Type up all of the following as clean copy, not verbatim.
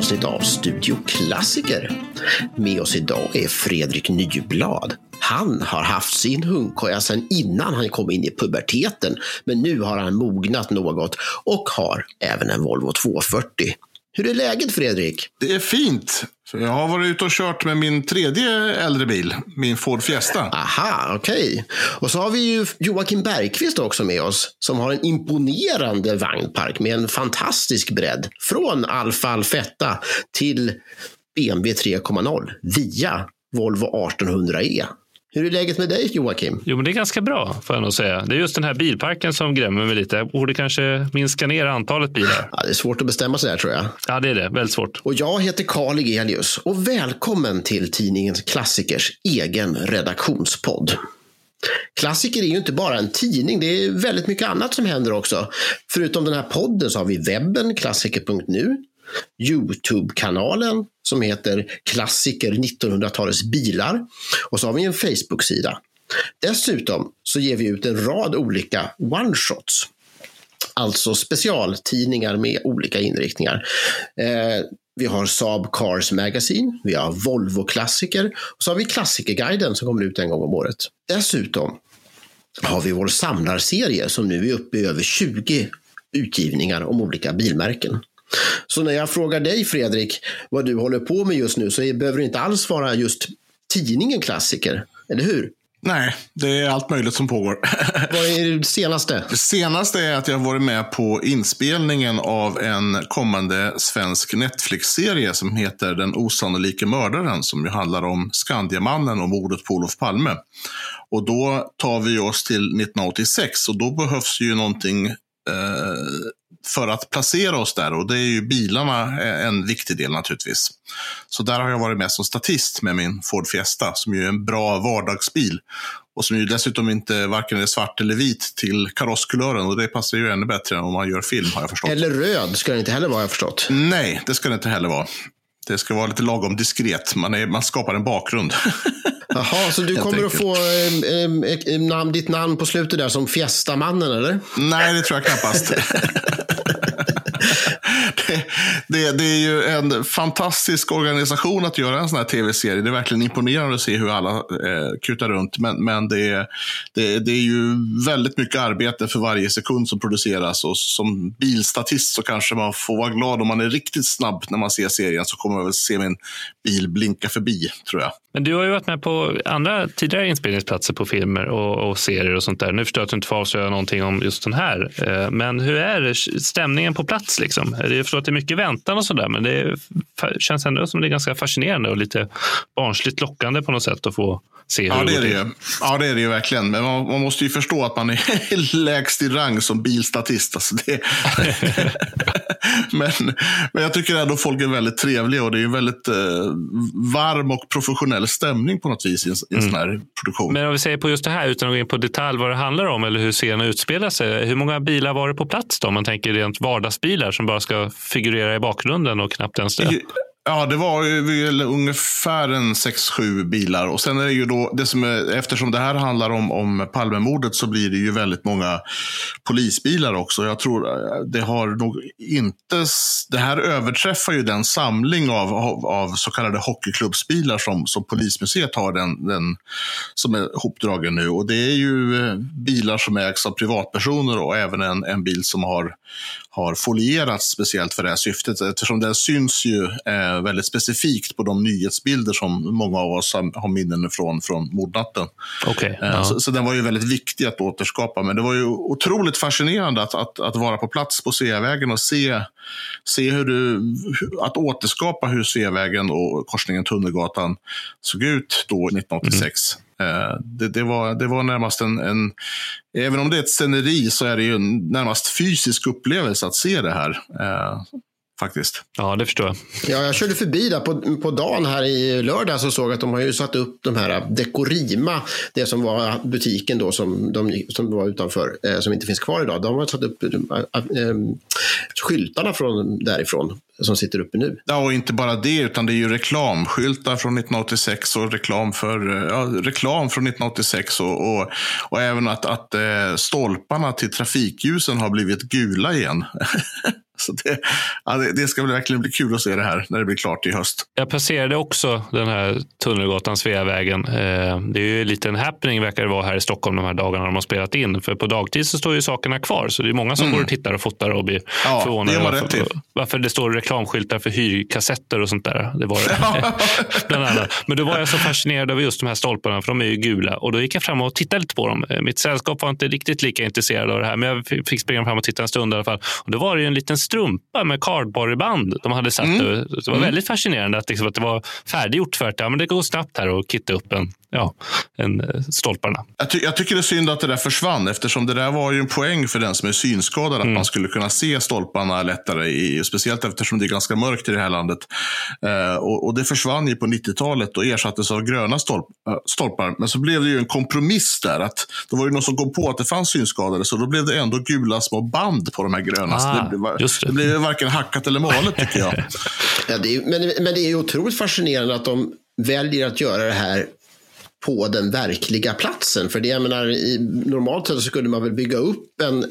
avsnitt av Studio Klassiker. Med oss idag är Fredrik Nyblad. Han har haft sin hundkoja sedan innan han kom in i puberteten, men nu har han mognat något och har även en Volvo 240. Hur är läget, Fredrik? Det är fint. Jag har varit ute och kört med min tredje äldre bil, min Ford Fiesta. Aha, okej. Och så har vi ju Joakim Bergqvist också med oss, som har en imponerande vagnpark med en fantastisk bredd. Från Alfa Alfetta till BMW 3.0 via Volvo 1800e. Hur är läget med dig, Joakim? Jo, men det är ganska bra, får jag nog säga. Det är just den här bilparken som grämmer mig lite. Jag borde kanske minska ner antalet bilar. Ja, det är svårt att bestämma sig där, tror jag. Ja, det är det. Väldigt svårt. Och jag heter Carl Egelius och välkommen till tidningen Klassikers egen redaktionspodd. Klassiker är ju inte bara en tidning, det är väldigt mycket annat som händer också. Förutom den här podden så har vi webben, klassiker.nu, YouTube-kanalen som heter Klassiker 1900-talets bilar, och så har vi en Facebook-sida. Dessutom så ger vi ut en rad olika one-shots, alltså specialtidningar med olika inriktningar. Vi har Saab Cars Magazine, vi har Volvo-klassiker och så har vi Klassikerguiden som kommer ut en gång om året. Dessutom har vi vår samlarserie som nu är uppe i över 20 utgivningar om olika bilmärken. Så när jag frågar dig, Fredrik, vad du håller på med just nu, så behöver det inte alls vara just tidningen Klassiker, eller hur? Nej, det är allt möjligt som pågår. Vad är det senaste? Det senaste är att jag har varit med på inspelningen av en kommande svensk Netflix-serie som heter Den osannolike mördaren, som ju handlar om Skandiamannen och mordet på Olof Palme. Och då tar vi oss till 1986 och då behövs ju någonting för att placera oss där, och det är ju bilarna en viktig del naturligtvis. Så där har jag varit med som statist med min Ford Fiesta, som ju är en bra vardagsbil och som ju dessutom inte varken är svart eller vit till karosskulören, och det passar ju ännu bättre än om man gör film, har jag förstått. Eller röd ska det inte heller vara, har jag förstått. Nej, det ska det inte heller vara. Det ska vara lite lagom diskret. Man skapar en bakgrund. Jaha, så du kommer att få ditt namn på slutet där som Fiesta-mannen, eller? Nej, det tror jag knappast. Det är ju en fantastisk organisation att göra en sån här tv-serie. Det är verkligen imponerande att se hur alla kutar runt. Men det är ju väldigt mycket arbete för varje sekund som produceras. Och som bilstatist så kanske man får vara glad om man är riktigt snabb när man ser serien, så kommer man väl se min bil blinka förbi, tror jag. Men du har ju varit med på andra tidigare inspelningsplatser på filmer och serier och sånt där. Nu förstår jag att du inte får avslöja någonting om just den här. Men hur är stämningen på plats liksom? Jag förstår att det är mycket väntan och sådär, men det känns ändå som det är ganska fascinerande och lite barnsligt lockande på något sätt att få se hur det går till. Ja, det är det ju verkligen. Men man måste ju förstå att man är lägst i rang som bilstatist. Alltså men jag tycker ändå folk är väldigt trevliga, och det är ju väldigt varm och professionell stämning på något vis i en sån här produktion. Men om vi säger på just det här, utan att gå in på detalj vad det handlar om eller hur scenen utspelar sig, hur många bilar var det på plats då? Om man tänker rent vardagsbilar som bara ska figurera i bakgrunden och knappt ens det. Ja, det var ju ungefär 6-7 bilar. Och sen är det ju då, eftersom det här handlar om Palmemordet, så blir det ju väldigt många polisbilar också. Jag tror det har nog inte, det här överträffar ju den samling av så kallade hockeyklubbsbilar som Polismuseet har, den som är hopdragen nu. Och det är ju bilar som ägs av privatpersoner, och även en bil som har folierats speciellt för det här syftet, eftersom den syns ju väldigt specifikt på de nyhetsbilder som många av oss har minnen från mordnatten. Okay, så den var ju väldigt viktig att återskapa, men det var ju otroligt fascinerande att vara på plats på Sveavägen och se att återskapa hur Sveavägen och korsningen Tunnelgatan såg ut då 1986. Det var närmast en även om det är ett sceneri, så är det ju en närmast fysisk upplevelse att se det här. Faktiskt. Ja, det förstår jag. Ja, jag körde förbi där på dagen här i lördag, så såg att de har ju satt upp de här Dekorima, det som var butiken då som var utanför, som inte finns kvar idag. De har satt upp skyltarna därifrån som sitter uppe nu. Ja, och inte bara det, utan det är ju reklamskyltar från 1986 och reklam från 1986 och även att stolparna till trafikljusen har blivit gula igen. Så det ska väl verkligen bli kul att se det här när det blir klart i höst. Jag passerade också den här Tunnelgatan, Sveavägen. Det är ju en liten happening verkar det vara här i Stockholm de här dagarna de har spelat in. För på dagtid så står ju sakerna kvar. Så det är många som går och tittar och fotar och blir förvånade varför det står reklamskyltar för hyrkassetter och sånt där. Det var det. Bland annat. Men då var jag så fascinerad över just de här stolparna, för de är ju gula. Och då gick jag fram och tittade lite på dem. Mitt sällskap var inte riktigt lika intresserad av det här, men jag fick springa fram och titta en stund i alla fall. Och då var det ju en liten strumpa med cardboardband de hade satt. Det var väldigt fascinerande att det var färdiggjort för att men det går snabbt här och kitta upp en stolparna. Jag tycker det är synd att det där försvann, eftersom det där var ju en poäng för den som är synskadad, att man skulle kunna se stolparna lättare, speciellt eftersom det är ganska mörkt i det här landet. Och det försvann ju på 90-talet och ersattes av gröna stolpar. Men så blev det ju en kompromiss där, att det var ju någon som kom på att det fanns synskadade, så då blev det ändå gula små band på de här gröna. Det blev varken hackat eller malet, tycker jag. Ja, men det är ju otroligt fascinerande att de väljer att göra det här på den verkliga platsen. För det, jag menar, normalt sett så skulle man väl bygga upp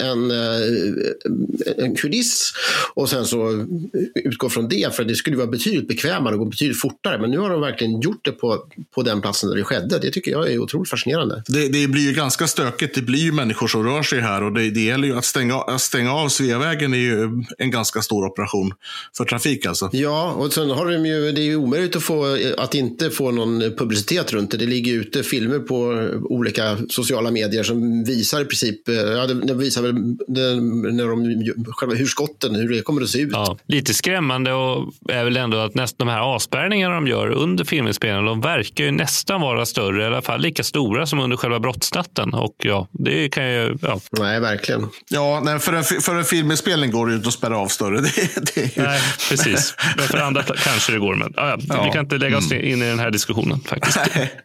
en kuliss och sen så utgå från det, för det skulle vara betydligt bekvämare och gå betydligt fortare. Men nu har de verkligen gjort det på den platsen där det skedde. Det tycker jag är otroligt fascinerande. Det blir ju ganska stökigt. Det blir ju människor som rör sig här, och det gäller ju att stänga av Sveavägen är ju en ganska stor operation för trafik alltså. Ja, och sen har de ju, det är ju omöjligt att inte få någon publicitet runt det. Det ligger ju ute filmer på olika sociala medier som visar i princip, det visar väl hur skotten, hur det kommer att se ut. Ja, lite skrämmande och är väl ändå att nästan de här avspärrningarna de gör under filminspelningen, de verkar ju nästan vara större, i alla fall lika stora som under själva brottsnatten, och det kan ju... Ja. Nej, verkligen. Ja, nej, för en filminspelning går det ju inte att spärra av större. Det är ju... Nej, precis. Men för andra kanske det går, men vi kan inte lägga oss in i den här diskussionen faktiskt.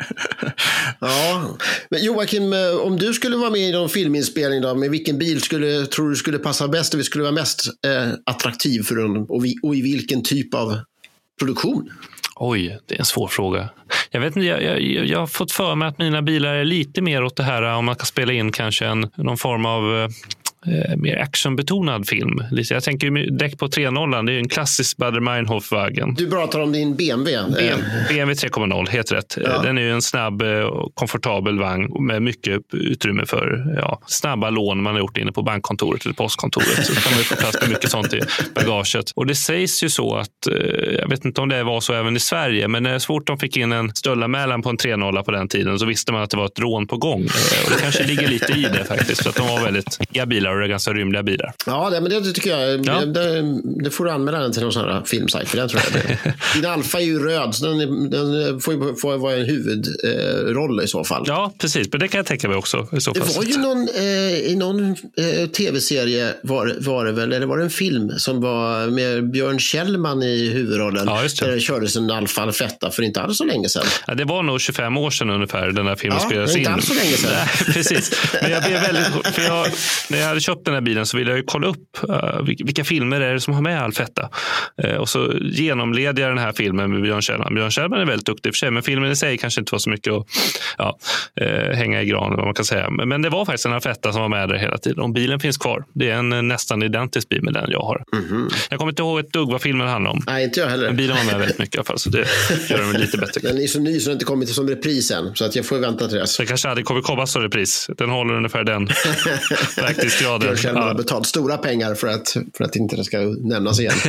Ja, men Joakim, om du skulle vara med i någon filminspelning då, med vilken bil tror du skulle passa bäst och vi skulle vara mest attraktiv för den, och i vilken typ av produktion? Oj, det är en svår fråga. Jag vet inte, jag har fått för mig att mina bilar är lite mer åt det här om man kan spela in kanske någon form av mer actionbetonad film. Jag tänker ju direkt på 3.0, det är ju en klassisk Baader-Meinhof-wagen. Du pratar om din BMW. BMW 3.0, helt rätt. Ja. Den är ju en snabb och komfortabel vagn med mycket utrymme för snabba lån man har gjort inne på bankkontoret eller postkontoret. Så kan man ju få plats med mycket sånt i bagaget. Och det sägs ju så att, jag vet inte om det var så även i Sverige, men när svårt de fick in en stöldanmälan på en 3.0 på den tiden, så visste man att det var ett rån på gång. Och det kanske ligger lite i det faktiskt, för att de var väldigt bilar och det är ganska rymliga bilar. Ja, men det tycker jag. Ja. Det får du anmäla den till någon sån här filmsajt, för den tror jag det. Din Alfa är ju röd, så den får vara en huvudroll i så fall. Ja, precis. Men det kan jag tänka mig också. I så fall. Det var ju i någon tv-serie var det väl, eller var det en film som var med Björn Kjellman i huvudrollen. Ja, just det. Där det kördes en Alfa Alfetta för inte alls så länge sedan. Ja, det var nog 25 år sedan ungefär den här filmen spelades in. Inte alls så länge sedan. Nej, precis. Men jag blev väldigt... när jag hade köpt den här bilen så ville jag ju kolla upp vilka filmer är det som har med Alfetta. Och så genomled jag den här filmen med Björn Kjellman. Björn Kjellman är väldigt duktig för sig, men filmen i sig kanske inte var så mycket att hänga i gran, vad man kan säga. Men det var faktiskt en Alfetta som var med där hela tiden. Och bilen finns kvar. Det är en nästan identisk bil med den jag har. Mm-hmm. Jag kommer inte ihåg ett dugg vad filmen handlar om. Nej, inte jag heller. Men bilen var med väldigt mycket i alla fall, så det gör den lite bättre. Den är så ny så den inte kommit som repris än, så att jag får vänta till dess. Det kanske hade komma som repris. Den håller ungefär den verklighetsgraden. Björn Kjellman har betalt stora pengar för att inte det ska nämnas igen.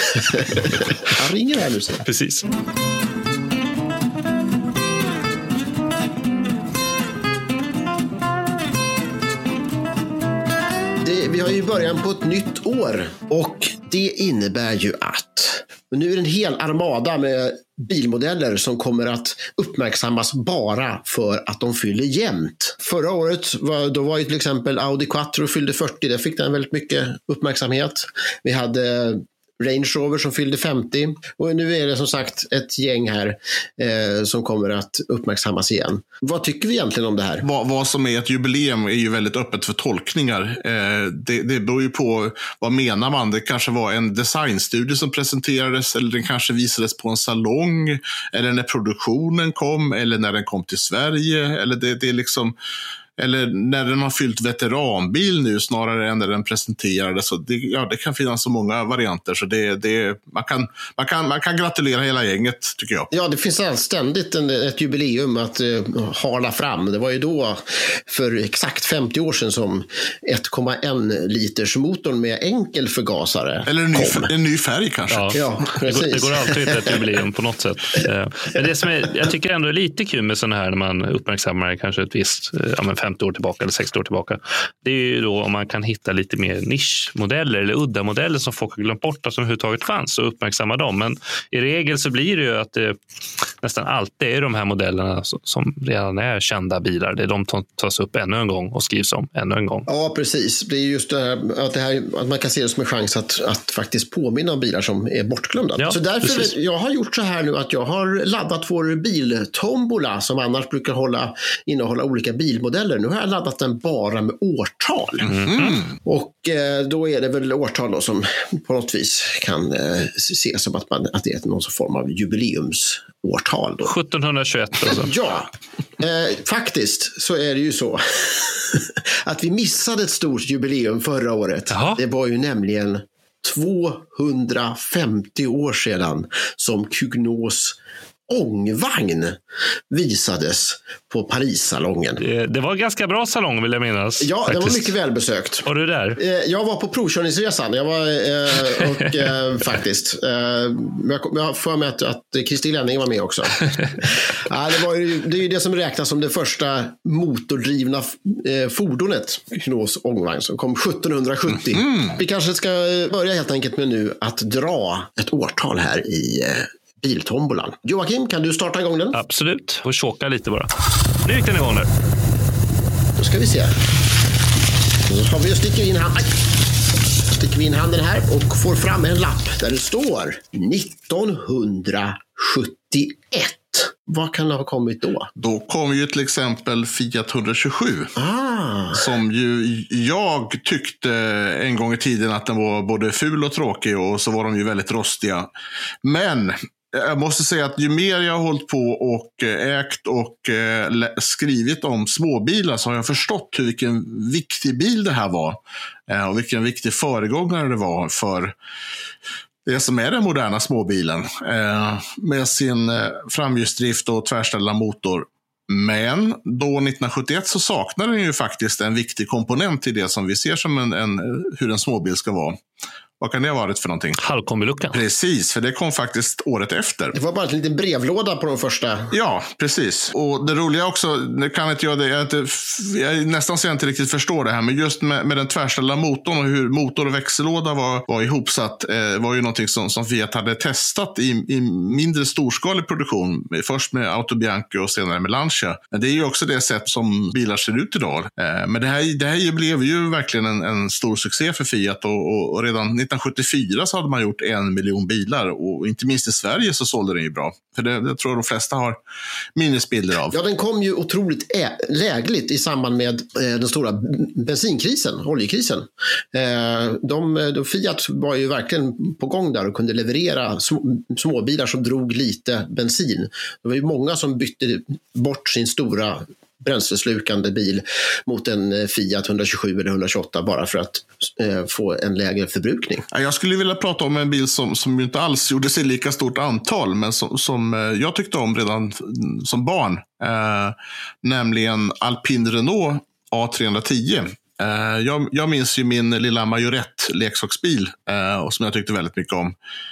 Han ringer här nu. Precis. Vi har ju början på ett nytt år, och det innebär ju att nu är det en hel armada med bilmodeller som kommer att uppmärksammas bara för att de fyller jämnt. Förra året var ju till exempel Audi Quattro fyllde 40, det fick den väldigt mycket uppmärksamhet. Vi hade Range Rover som fyllde 50, och nu är det som sagt ett gäng här som kommer att uppmärksammas igen. Vad tycker vi egentligen om det här? Vad som är ett jubileum är ju väldigt öppet för tolkningar. Det beror ju på vad menar man. Det kanske var en designstudie som presenterades, eller den kanske visades på en salong, eller när produktionen kom, eller när den kom till Sverige, eller det är liksom... eller när den har fyllt veteranbil nu snarare än när den presenterades. Så det kan finnas så många varianter, så man kan gratulera hela gänget, tycker jag. Ja, det finns ständigt ett jubileum att hala fram. Det var ju då för exakt 50 år sedan som 1,1 liters motorn med enkel förgasare eller en ny färg kanske. Ja, precis. Det går alltid ett jubileum på något sätt. Men det som jag tycker ändå är lite kul med sådana här när man uppmärksammar kanske ett visst 50 år tillbaka eller 60 år tillbaka. Det är ju då om man kan hitta lite mer nischmodeller eller udda modeller som folk har glömt bort att som överhuvudtaget fanns och uppmärksamma dem. Men i regel så blir det ju att det nästan alltid är de här modellerna som redan är kända bilar. Det är de som tas upp ännu en gång och skrivs om ännu en gång. Ja, precis. Det är just det här att man kan se det som en chans att faktiskt påminna om bilar som är bortglömda. Ja, så därför precis. Jag har gjort så här nu att jag har laddat vår biltombola som annars brukar innehålla olika bilmodeller. Nu har jag laddat den bara med årtal. Och då är det väl årtal då som på något vis kan ses som att det är någon form av jubileumsårtal. Då. 1721 alltså. Ja, faktiskt så är det ju så att vi missade ett stort jubileum förra året. Jaha. Det var ju nämligen 250 år sedan som Cugnaux ångvagn visades på Paris-salongen. Det var en ganska bra salong, vill jag minnas. Ja, faktiskt. den var mycket välbesökt. Var du där? Jag var på provkörningsresan. Jag var faktiskt. Jag har för mig att Christer Lenning var med också. Det är ju det som räknas som det första motordrivna fordonet, Cugnaux ångvagn, som kom 1770. Vi kanske ska börja helt enkelt med nu att dra ett årtal här i biltombolan. Joakim, kan du starta igång den? Absolut. Och tjåka lite bara. Nu gick den igång där. Då ska vi se. Sticker vi in handen här och får fram en lapp där det står 1971. Vad kan det ha kommit då? Då kom ju till exempel Fiat 127. Som ju jag tyckte en gång i tiden att den var både ful och tråkig, och så var de ju väldigt rostiga. Men jag måste säga att ju mer jag har hållit på och ägt och skrivit om småbilar, så har jag förstått vilken viktig bil det här var. Och vilken viktig föregångare det var för det som är den moderna småbilen. Med sin framhjulsdrift och tvärställda motor. Men då 1971 så saknade den ju faktiskt en viktig komponent i det som vi ser som hur en småbil ska vara. Vad kan det ha varit för någonting? Halvkombiluckan. Precis, för det kom faktiskt året efter. Det var bara en liten brevlåda på de första. Ja, precis. Och det roliga också, det kan inte jag, jag nästan så jag inte riktigt förstår det här, men just med den tvärställda motorn och hur motor och växellåda var ihopsatt var ju någonting som Fiat hade testat i mindre storskalig produktion. Först med Autobianco och senare med Lancia. Men det är ju också det sätt som bilar ser ut idag. Men det här blev ju verkligen en stor succé för Fiat, och redan 1974 så hade man gjort 1 miljon bilar, och inte minst i Sverige så sålde den ju bra. För det tror jag de flesta har minnesbilder av. Ja, den kom ju otroligt lägligt i samband med den stora bensinkrisen, oljekrisen. Fiat var ju verkligen på gång där och kunde leverera småbilar som drog lite bensin. Det var ju många som bytte bort sin stora bränsleslukande bil mot en Fiat 127 eller 128 bara för att få en lägre förbrukning. Jag skulle vilja prata om en bil som inte alls gjorde sig lika stort antal, men som jag tyckte om redan som barn. Nämligen Alpine Renault A310. Jag minns ju min lilla Majorette leksaksbil och som jag tyckte väldigt mycket om.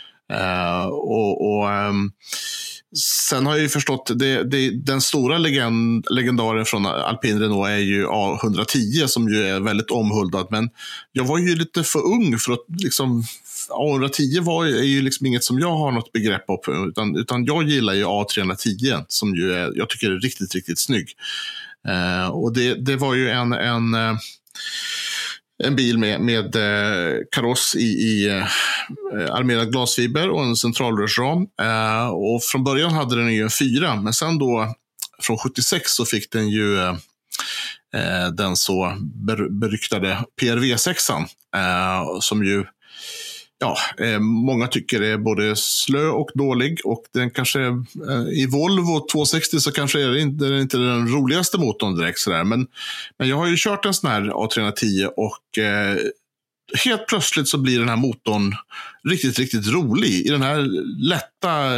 Sen har jag ju förstått, den stora legendaren från Alpine Renault är ju A110 som ju är väldigt omhuldad. Men jag var ju lite för ung för att liksom, A110 är ju liksom inget som jag har något begrepp om. Utan jag gillar ju A310 som ju jag tycker är riktigt, riktigt snygg. Och det var ju en bil med kaross i armerad glasfiber och en centralrörsram. Och från början hade den ju en 4, men sen då från 76 så fick den ju den så beryktade PRV6an som ju många tycker är både slö och dålig, och den kanske i Volvo 260 så kanske är det inte den roligaste motorn direkt sådär, men jag har ju kört en sån här A310 och helt plötsligt så blir den här motorn riktigt, riktigt rolig. I den här lätta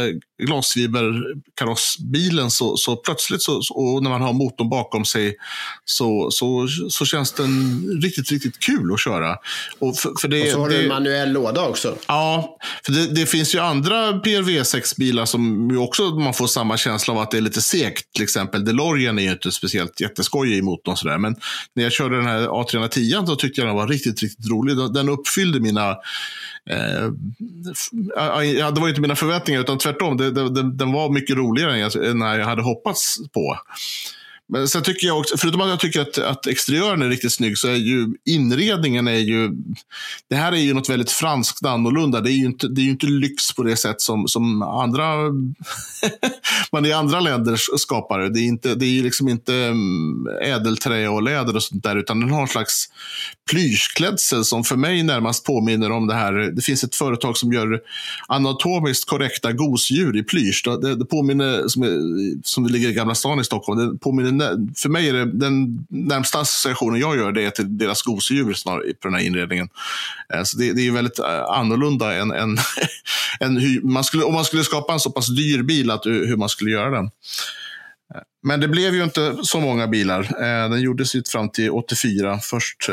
glasfiberkarossbilen så plötsligt och när man har motorn bakom sig så känns den riktigt, riktigt kul att köra. Och så har du en manuell låda också. Ja, för det finns ju andra PRV6-bilar som ju också man får samma känsla av att det är lite segt. Till exempel DeLorean är ju inte speciellt jätteskojig i motorn sådär. Men när jag körde den här A310 så tyckte jag den var riktigt, riktigt rolig. Den uppfyllde mina det var inte mina förväntningar, utan tvärtom. Den var mycket roligare än jag hade hoppats på. Men sen tycker jag också, förutom att jag tycker att exteriören är riktigt snygg, så är ju inredningen det här är ju något väldigt franskt annorlunda. Det är ju inte lyx på det sätt som andra man i andra länder skapar. Det är ju liksom inte ädelträ och läder och sånt där, utan den har en slags plyschklädsel som för mig närmast påminner om det här. Det finns ett företag som gör anatomiskt korrekta gosedjur i plysch. Det påminner, som det ligger i Gamla stan i Stockholm, det påminner, för mig är det den närmsta associationen jag gör, det är till deras gosedjur snarare på den här inredningen. Så det är ju väldigt annorlunda än hur om man skulle skapa en så pass dyr bil, hur man skulle göra den. Men det blev ju inte så många bilar. Den gjordes ut fram till 84. Först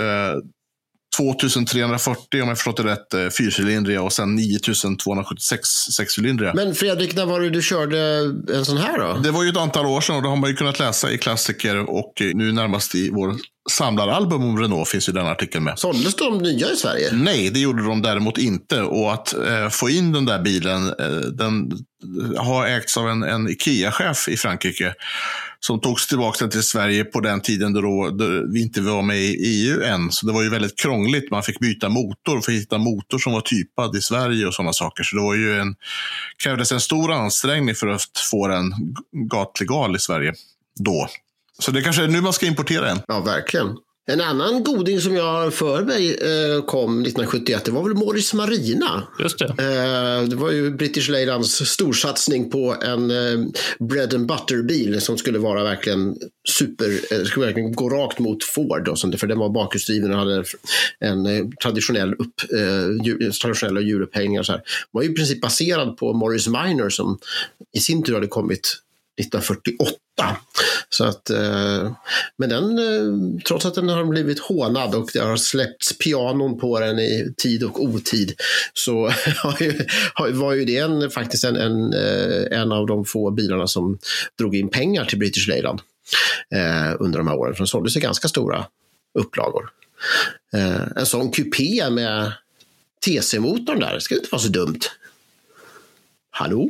2340 om jag förstått det rätt, 4-cylindriga, och sen 9276 6-cylindriga. Men Fredrik, när var det du körde en sån här då? Det var ju ett antal år sedan, och det har man ju kunnat läsa i klassiker, och nu närmast i vår samlaralbum om Renault finns ju den artikeln med. Såldes de nya i Sverige? Nej, det gjorde de däremot inte. Och att få in den där bilen, den har ägts av en IKEA-chef i Frankrike som togs tillbaka till Sverige på den tiden då vi inte var med i EU än. Så det var ju väldigt krångligt. Man fick byta motor för att hitta motor som var typad i Sverige och sådana saker. Så det var ju krävdes en stor ansträngning för att få den gatlegal i Sverige då. Så det kanske är nu man ska importera en. Ja, verkligen. En annan goding som jag för mig kom 1971, det var väl Morris Marina. Just det. Det var ju British Leylands storsatsning på en bread and butter-bil som skulle vara verkligen skulle verkligen gå rakt mot Ford och sånt, för den var bakhjulsdriven och hade en traditionella hjulupphängningar och så här. Den var ju i princip baserad på Morris Minor som i sin tur hade kommit 1948. Så att, men den, trots att den har blivit hånad och det har släppts pianon på den i tid och otid, så var ju det faktiskt en av de få bilarna som drog in pengar till British Leyland under de här åren. För de sålde sig ganska stora upplagor. En sån kupé med TC-motorn där, det ska inte vara så dumt. Hallå?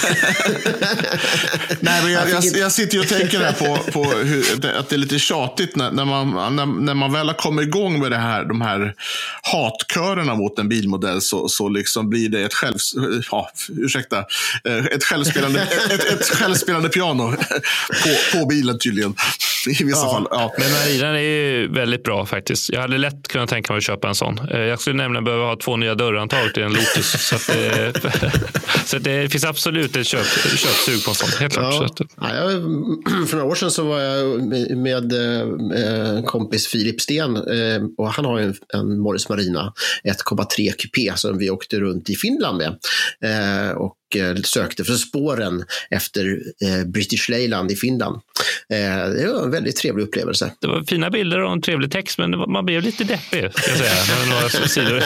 Nej, men jag sitter ju och tänker här på att det är lite tjatigt när man väl har kommit igång med de här hatkörerna mot en bilmodell, så liksom blir det ett självspelande piano på bilen tydligen i vissa fall. Ja. Men Marinan är ju väldigt bra faktiskt. Jag hade lätt kunnat tänka mig att köpa en sån. Jag skulle nämligen behöva ha 2 nya dörrantag till en Lotus, så det finns absolut ett köpsug på en sån, helt klart. För några år sedan så var jag med en kompis, Filip Sten, och han har en Morris Marina 1,3 kupé som vi åkte runt i Finland med och sökte för spåren efter British Leyland i Finland. Det var en väldigt trevlig upplevelse. Det var fina bilder och en trevlig text, men man blev lite deppig, ska jag säga, med några sidor.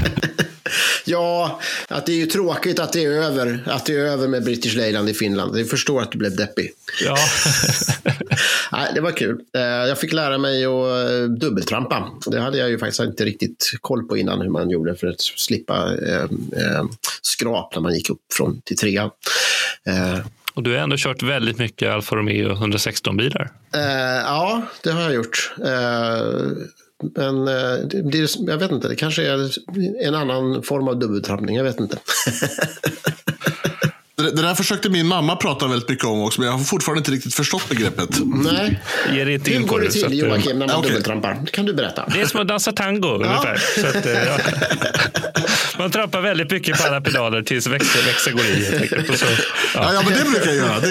Ja, att det är ju tråkigt att det är över med British Leyland i Finland. Jag förstår att du blev deppig. Ja. Nej, det var kul. Jag fick lära mig att dubbeltrampa. Det hade jag ju faktiskt inte riktigt koll på innan, hur man gjorde för att slippa skrap när man gick upp till 3. Och du har ändå kört väldigt mycket Alfa Romeo 116-bilar. Ja, det har jag gjort. Men jag vet inte, det kanske är en annan form av dubbeltrampning, jag vet inte. Det där försökte min mamma prata väldigt mycket om också, men jag har fortfarande inte riktigt förstått begreppet. Nej. Ger det inte in på det till, Joakim, när man dubbeltrampar? Kan du berätta? Det är som att dansa tango ungefär. Så att, ja. Man trampar väldigt mycket på alla pedaler tills växeln går i. Så, ja, men det brukar jag göra.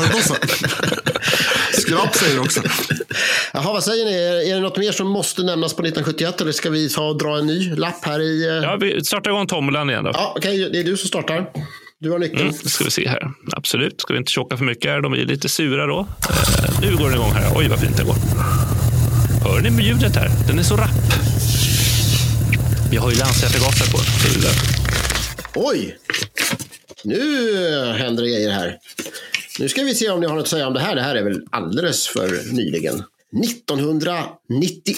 Skrap säger också. Jaha, vad säger ni? Är det något mer som måste nämnas på 1971 eller ska vi ta och dra en ny lapp här i... Ja, vi startar igång tombolan igen då. Ja, okej, det är du som startar. Du har nyckeln. Ska vi se här. Absolut, ska vi inte tjocka för mycket här. De är lite sura då. Nu går den igång här. Oj, vad fint det går. Hör ni med ljudet här? Den är så rapp. Vi har ju landsjättegaser på. Oj! Nu händer det grejer här. Nu ska vi se om ni har något att säga om det här. Det här är väl alldeles för nyligen. 1991.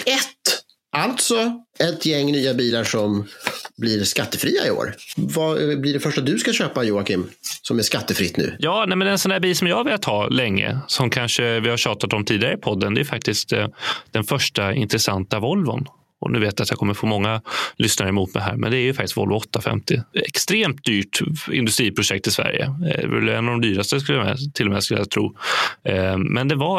Alltså ett gäng nya bilar som blir skattefria i år. Vad blir det första du ska köpa, Joakim, som är skattefritt nu? Ja, nej, men en sån här bil som jag vill ha länge, som kanske vi har tjatat om tidigare i podden, det är faktiskt den första intressanta Volvon. Och nu vet jag att jag kommer få många lyssnare emot mig här, men det är ju faktiskt Volvo 850. Extremt dyrt industriprojekt i Sverige. Det är väl en av de dyraste till och med skulle jag tro. Men det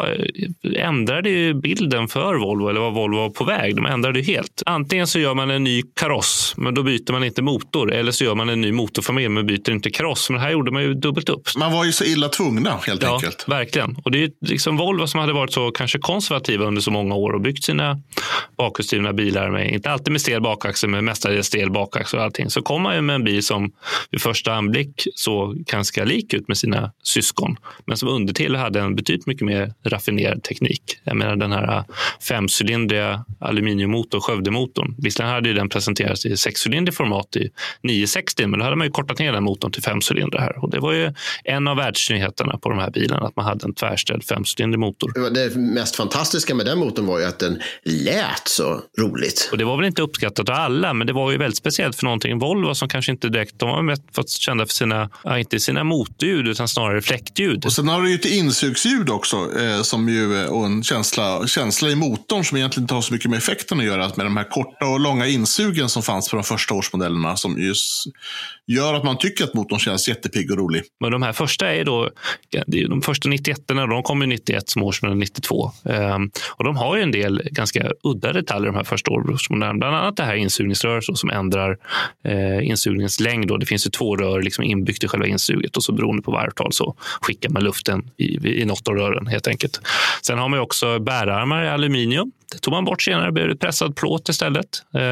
ändrade ju bilden för Volvo, eller var Volvo var på väg. De ändrade ju helt. Antingen så gör man en ny kaross, men då byter man inte motor. Eller så gör man en ny motorfamilj, men byter inte kaross. Men här gjorde man ju dubbelt upp. Man var ju så illa tvungna helt enkelt. Ja, verkligen. Och det är liksom Volvo som hade varit så kanske konservativa under så många år och byggt sina bakhjulsdrivna bilar med, inte alltid med stel bakaxel, men mestadels stel bakaxel och allting. Så kommer man ju med en bil som vid första anblick så ganska lik ut med sina syskon, men som undertill hade en betydligt mycket mer raffinerad teknik. Jag menar den här 5-cylindriga aluminiummotor, Skövdemotorn. Visserligen hade ju den presenterats i 6-cylindrig format i 960, men då hade man ju kortat ner den motorn till 5-cylindrar här. Och det var ju en av världsnyheterna på de här bilarna, att man hade en tvärställd 5-cylindrig motor. Det mest fantastiska med den motorn var ju att den lät så roligt. Och det var väl inte uppskattat av alla, men det var ju väldigt speciellt för någonting. Volvo som kanske inte direkt, de har mest fått kända för sina, inte sina motljud utan snarare fläktljud. Och sen har du ju ett insugsljud också, som ju, och en känsla i motorn som egentligen inte har så mycket med effekten att göra, med de här korta och långa insugen som fanns på de första årsmodellerna, som just gör att man tycker att motorn känns jättepigg och rolig. Men de här första är då, de första 91-erna, de kommer 91 som årsmodell 92. Och de har ju en del ganska udda detaljer de här första åren. Bland annat det här insugningsrör som ändrar insugningens längd. Då. Det finns ju 2 rör liksom inbyggt i själva insuget och så beroende på varvtal så skickar man luften i något av rören helt enkelt. Sen har man ju också bärarmar i aluminium. Det tog man bort senare, blev det pressad plåt istället.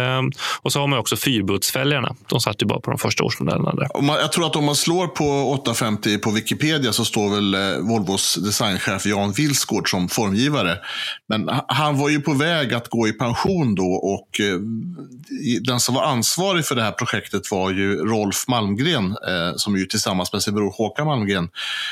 Och så har man också fyrbutsfälgarna. De satt ju bara på de första årsmodellerna där. Jag tror att om man slår på 850 på Wikipedia så står väl Volvos designchef Jan Vilsgård som formgivare. Men han var ju på väg att gå i pension då, och den som var ansvarig för det här projektet var ju Rolf Malmgren, som ju tillsammans med sin bror Håkan Malmgren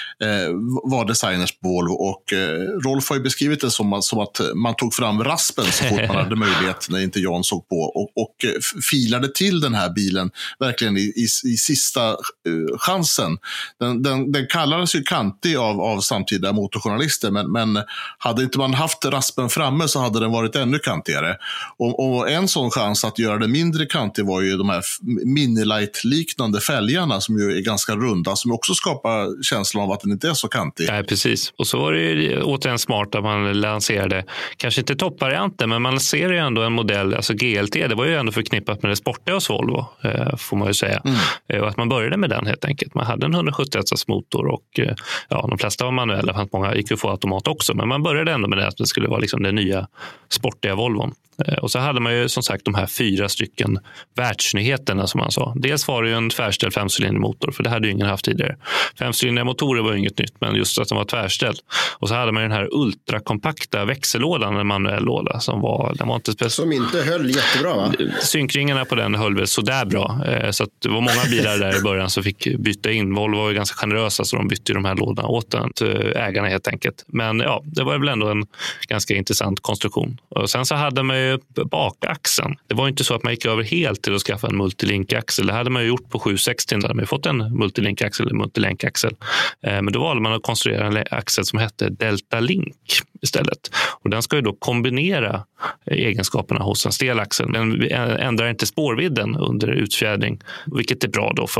var designers på Volvo. Och Rolf har ju beskrivit det som att man tog fram raspen så fort man hade möjlighet när inte Jan såg på, och filade till den här bilen verkligen i sista chansen. Den kallades ju kantig av samtida motorjournalister, men hade inte man haft raspen framme så hade den varit ännu kantigare. Och en sån chans att göra det mindre kantig var ju de här Minilight-liknande fälgarna som ju är ganska runda, som också skapar känslan av att den inte är så kantig. Nej, precis. Och så var det ju återigen smart att man lanserade, kanske inte toppvarianten, men man lanserade ju ändå en modell, alltså GLT, det var ju ändå förknippat med det sportiga hos Volvo, får man ju säga. Och att man började med den helt enkelt. Man hade en 170-hästars motor och de flesta var manuella, för att många gick ju få automat också, men man började ändå med det att det skulle vara liksom den nya sportiga Volvon. Och så hade man ju som sagt de här 4 stycken världsnyheterna som man sa. Dels var det ju en tvärställd 5-cylindrig motor, för det hade ju ingen haft tidigare. 5-cylindriga motorer var ju inget nytt, men just att den var tvärställd. Och så hade man ju den här ultrakompakta växellådan, en manuell låda den var inte som inte höll jättebra, va? Synkringarna på den höll väl sådär bra. Så att det var många bilar där i början som fick byta in. Volvo var ju ganska generösa, så de bytte ju de här lådorna åt ägarna helt enkelt. Men ja, det var väl ändå en ganska intressant konstruktion. Och sen så hade man ju bakaxeln. Det var inte så att man gick över helt till att skaffa en multilänkaxel. Det hade man ju gjort på 760, där man ju fått en multilänkaxel eller multilänkaxel. Men då valde man att konstruera en axel som hette Delta Link istället. Och den ska ju då kombinera egenskaperna hos en stel axel, men ändrar inte spårvidden under utfjädring, vilket är bra då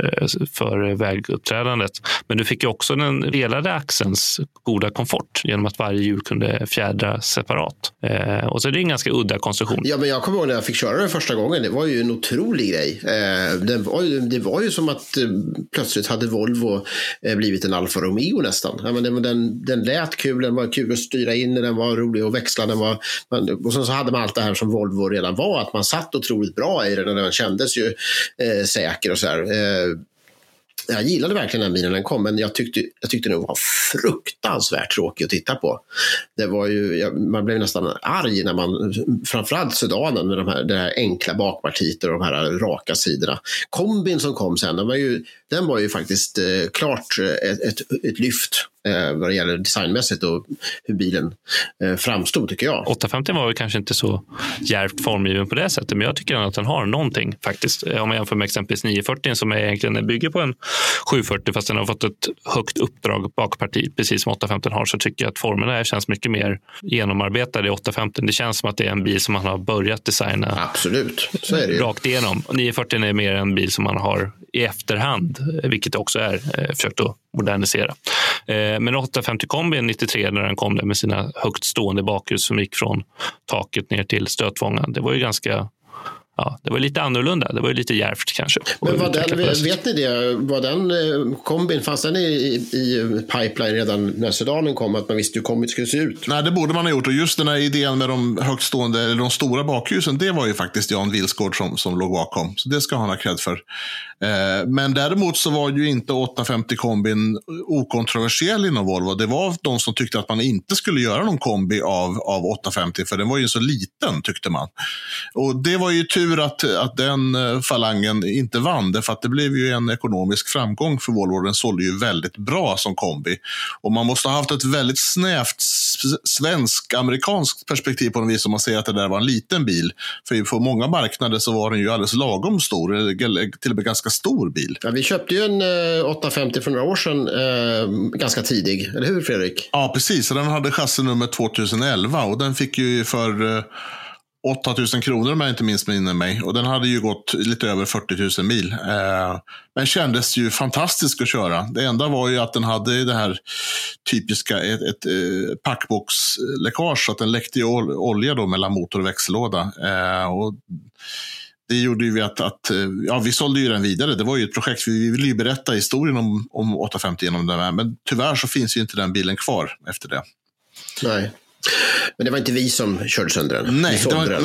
för väguppträdandet. Men du fick ju också den delade axelns goda komfort genom att varje hjul kunde fjädra separat. Och så är det en ganska udda konstruktion. Ja, men jag kommer ihåg när jag fick köra den första gången. Det var ju en otrolig grej. Det var ju som att plötsligt hade Volvo blivit en Alfa Romeo nästan. Ja, men den lät kul, den var kul att styra in, den var rolig att växla. Och så hade man allt det här som Volvo redan var. Att man satt otroligt bra i den och den kändes ju säker och så här. Jag gillade verkligen den bilen när den kom, men jag tyckte den var fruktansvärt tråkig att titta på. Det var ju, man blev nästan arg när man, framförallt sedanen med det här enkla bakpartiet och de här raka sidorna. Kombin som kom sen, den var ju faktiskt klart ett lyft vad det gäller designmässigt och hur bilen framstod, tycker jag. 850 var ju kanske inte så djärvt formgiven på det sättet, men jag tycker att den har någonting faktiskt. Om man jämför med exempelvis 940 som egentligen bygger på en 740 fast den har fått ett högt uppdrag bakparti, precis som 850 har, så tycker jag att formerna här känns mycket mer genomarbetade i 850. Det känns som att det är en bil som man har börjat designa. Absolut, så är det ju. Rakt igenom. 940 är mer en bil som man har i efterhand, vilket det också är försökt att modernisera. Men 850 kombi 93 när den kom där med sina högt stående bakhjul som gick från taket ner till stötfångaren. Det var ju ganska... Ja, det var lite annorlunda. Det var ju lite djärvt kanske. Men vet ni det? Var den kombin, fanns den i pipeline redan när sedanen kom? Att man visste hur kombin skulle se ut? Nej, det borde man ha gjort. Och just den här idén med de högtstående, eller de stora bakljusen, det var ju faktiskt Jan Vilsgård som låg bakom. Så det ska han ha cred för. Men däremot så var ju inte 850 kombin okontroversiell inom Volvo. Det var de som tyckte att man inte skulle göra någon kombi av 850, för den var ju så liten, tyckte man. Och det var ju tur att den falangen inte vann, för att det blev ju en ekonomisk framgång för Volvo. Den sålde ju väldigt bra som kombi. Och man måste ha haft ett väldigt snävt svensk-amerikanskt perspektiv på något vis om man säger att det där var en liten bil. För på många marknader så var den ju alldeles lagom stor, till och med ganska stor bil. Ja, vi köpte ju en 850 för några år sedan, ganska tidig, eller hur Fredrik? Ja, precis. Den hade chassinummer 2011 och den fick ju för 8 000 kronor om jag inte minns mig. Och den hade ju gått lite över 40 000 mil. Men kändes ju fantastisk att köra. Det enda var ju att den hade det här typiska ett packboxläckage, så att den läckte ju olja då mellan motor och växellåda. Och det gjorde ju att vi sålde ju den vidare. Det var ju ett projekt, vi ville ju berätta historien om 850 genom den här. Men tyvärr så finns ju inte den bilen kvar efter det. Nej. Men det var inte vi som körde sönder den. Nej,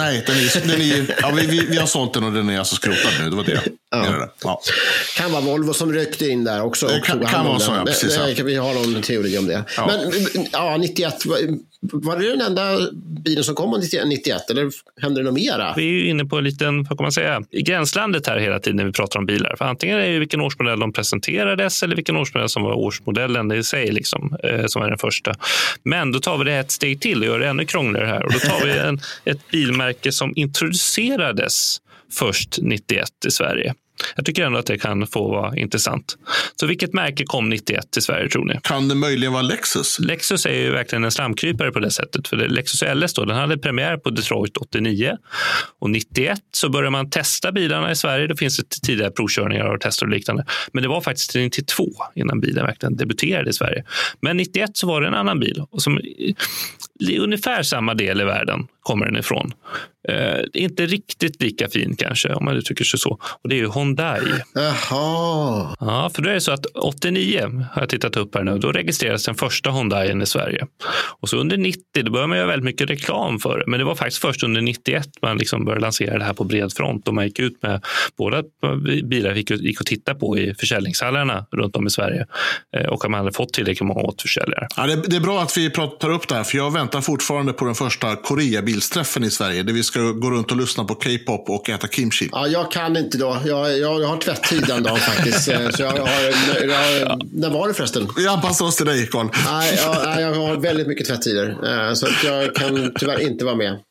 vi har sålt den och den är alltså skrotad nu. Det var det. Ja. Kan vara Volvo som ryckte in där också. Kan vara så, ja, precis. Vi har någon teori om det. Ja. Men 91, var det den enda bilen som kom 91? Eller hände det något mera? Vi är ju inne på en liten, vad kan man säga, i gränslandet här hela tiden när vi pratar om bilar. För antingen är det vilken årsmodell de presenterades eller vilken årsmodell som var årsmodellen i sig liksom, som är den första. Men då tar vi det ett steg till och gör det ännu krångligare här. Och då tar vi ett bilmärke som introducerades först 91 i Sverige. Jag tycker ändå att det kan få vara intressant. Så vilket märke kom 91 till Sverige, tror ni? Kan det möjligen vara Lexus? Lexus är ju verkligen en slamkrypare på det sättet. För Lexus LS då, den hade premiär på Detroit 89. Och 91 så började man testa bilarna i Sverige. Det finns ett tidigare provkörningar och tester och liknande. Men det var faktiskt 92 innan bilen verkligen debuterade i Sverige. Men 91 så var det en annan bil. Och som i ungefär samma del i världen kommer den ifrån. Inte riktigt lika fin kanske, om man uttrycker sig så. Och det är ju Hyundai. Jaha. Ja, för det är så att 89 har jag tittat upp här nu. Då registrerades den första Hyundaien i Sverige. Och så under 90, då började man göra väldigt mycket reklam för det. Men det var faktiskt först under 91 man liksom började lansera det här på bred front. Och man gick ut med båda bilar gick att titta på i försäljningshallarna runt om i Sverige. Och att man hade fått tillräckligt många återförsäljare. Ja, det är bra att vi tar upp det här. För jag väntar fortfarande på den första Koreabilsträffen i Sverige. Där vi ska gå runt och lyssna på K-pop och äta kimchi. Ja, jag kan inte då. Jag har tvätt-tid den dagen faktiskt. Så när var det förresten? Vi anpassar oss till dig, Carl. Nej, jag har väldigt mycket tvätt-tider. Så att jag kan tyvärr inte vara med.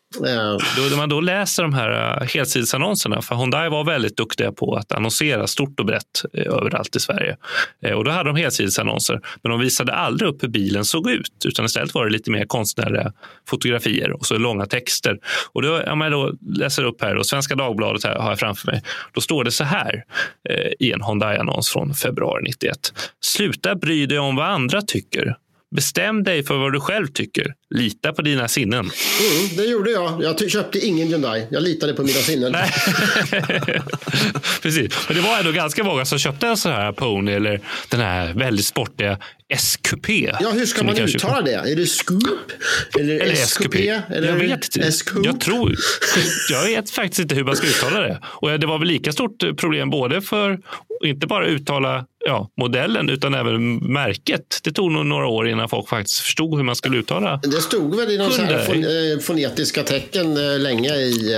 När man då läser de här helsidesannonserna, för Hyundai var väldigt duktiga på att annonsera stort och brett överallt i Sverige. Och då hade de helsidesannonser, men de visade aldrig upp hur bilen såg ut, utan istället var det lite mer konstnärliga fotografier och så långa texter. Och då, om jag då läser upp här, och Svenska Dagbladet här har jag framför mig, då står det så här i en Hyundai-annons från februari 91. Sluta bry dig om vad andra tycker. Bestäm dig för vad du själv tycker. Lita på dina sinnen. Det gjorde jag. Jag köpte ingen Hyundai. Jag litade på mina sinnen. Nej. Precis. Men det var ändå ganska många som köpte en sån här Pony eller den här väldigt sportiga SQP. Ja, hur ska man uttala det? Är det Scoop? Eller SQP? Eller jag vet inte. Jag vet faktiskt inte hur man ska uttala det. Och det var väl lika stort problem både för inte bara uttala modellen utan även märket. Det tog nog några år innan folk faktiskt förstod hur man skulle uttala. Det stod väl i någon så här fonetiska tecken länge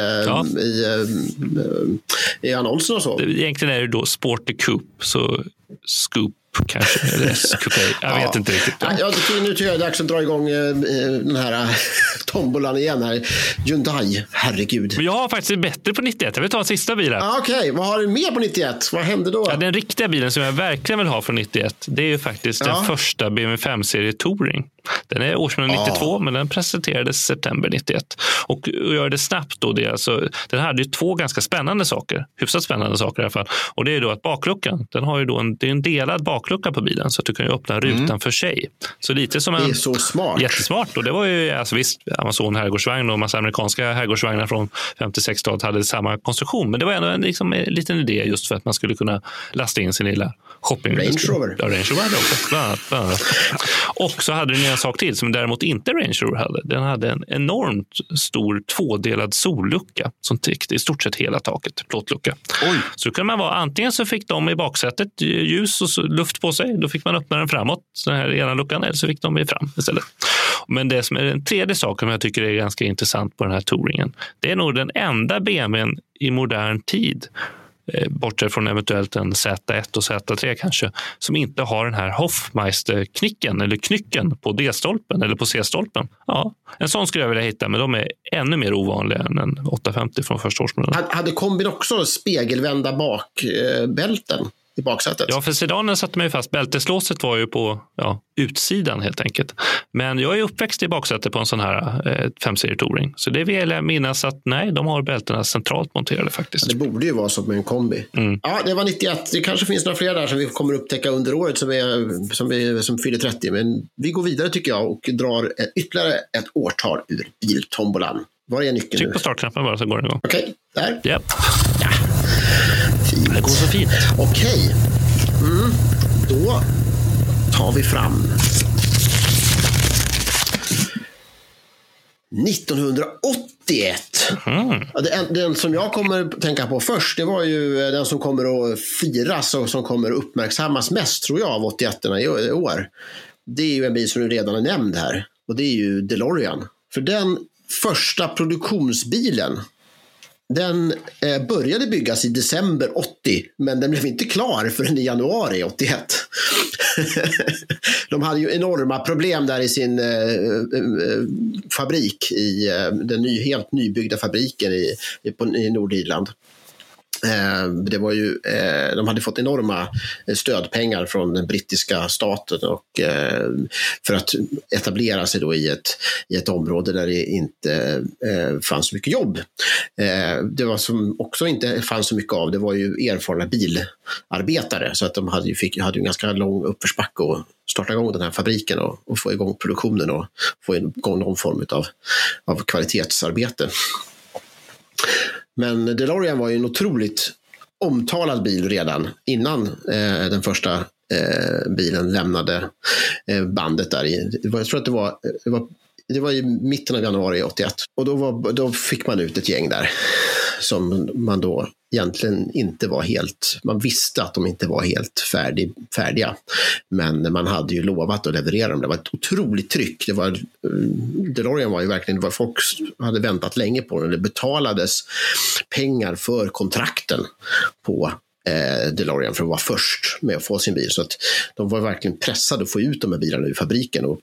i annonsen och så. Egentligen är det då Sporty Coupe, så Scoop kanske, eller SQP. Jag vet inte riktigt. Nu tycker jag det är dags att dra igång den här tombolan igen här. Hyundai, herregud. Men jag har faktiskt bättre på 91. Jag vill ta en sista bil här. Okej, vad har du mer på 91? Vad hände då? Ja, den riktiga bilen som jag verkligen vill ha från 91, det är ju faktiskt den första BMW 5-serie Touring. Den är årsmodell 92, men den presenterades september 91. Och gör det snabbt då, den hade ju två ganska spännande saker, hyfsat spännande saker i alla fall. Och det är då att bakluckan, den har ju då det är en delad baklucka på bilen, så att du kan ju öppna rutan för sig. Så lite som det är så smart. Jättesmart. Och det var ju, alltså visst, Amazon herrgårdsvagn och massa amerikanska herrgårdsvagnar från 50-60-talet hade samma konstruktion, men det var ändå en liten idé just för att man skulle kunna lasta in sin lilla shopping. Range Rover. Ja, Range Rover också, bland annat. Och så hade den en sak till som däremot inte Range Rover hade. Den hade en enormt stor tvådelad sollucka som täckte i stort sett hela taket, plåtlucka. Oj. Så då kunde man vara, antingen så fick de i baksätet ljus och luft på sig, då fick man öppna den framåt, den här ena luckan, eller så fick de fram istället. Men det som är den tredje saken som jag tycker är ganska intressant på den här Touringen, det är nog den enda BMWn i modern tid, bortsett från eventuellt en Z1 och Z3 kanske, som inte har den här Hoffmeister-knicken eller knycken på D-stolpen eller på C-stolpen. Ja, en sån skulle jag vilja hitta, men de är ännu mer ovanliga än en 850 från första årsmodellen. Hade kombin också spegelvända bakbälten i baksätet? Ja, för sedanen satte man ju fast. Bälteslåset var ju på utsidan helt enkelt. Men jag är uppväxt i baksätet på en sån här 5-serie Touring. Så det vill jag minnas att nej, de har bältena centralt monterade faktiskt. Ja, det borde ju vara som med en kombi. Ja, det var 91. Det kanske finns några fler där som vi kommer upptäcka under året som fyller 30. Men vi går vidare tycker jag och drar ytterligare ett årtal ur biltombolan. Var är nyckeln? Tryck på startknappen bara så går den igång. Okej, där. Yep. Ja. Fint. Det går så fint. Okej. Då tar vi fram 1981. Ja, den som jag kommer tänka på först, det var ju den som kommer att firas och som kommer att uppmärksammas mest, tror jag, av 81-erna i år. Det är ju en bil som du redan har nämnt här, och det är ju DeLorean. För den första produktionsbilen, den började byggas i december 80, men den blev inte klar förrän i januari 81. De hade ju enorma problem där i sin fabrik, i den helt nybyggda fabriken i Nordirland. Det var ju, de hade fått enorma stödpengar från den brittiska staten och för att etablera sig då i ett område där det inte fanns så mycket jobb. Det var som också inte fanns så mycket av, det var ju erfarna bilarbetare, så att de hade ju en ganska lång uppförsbacke och starta igång den här fabriken och få igång produktionen och få igång någon form av kvalitetsarbete. Men DeLorean var ju en otroligt omtalad bil redan innan den första bilen lämnade bandet där. Jag tror att det var i mitten av januari 81. Och då fick man ut ett gäng där som man då egentligen inte var helt... Man visste att de inte var helt färdiga. Men man hade ju lovat att leverera dem. Det var ett otroligt tryck. DeLorean var ju verkligen vad folk hade väntat länge på. Det betalades pengar för kontrakten på DeLorean för att vara först med att få sin bil. Så att de var verkligen pressade att få ut de här bilarna ur fabriken. Och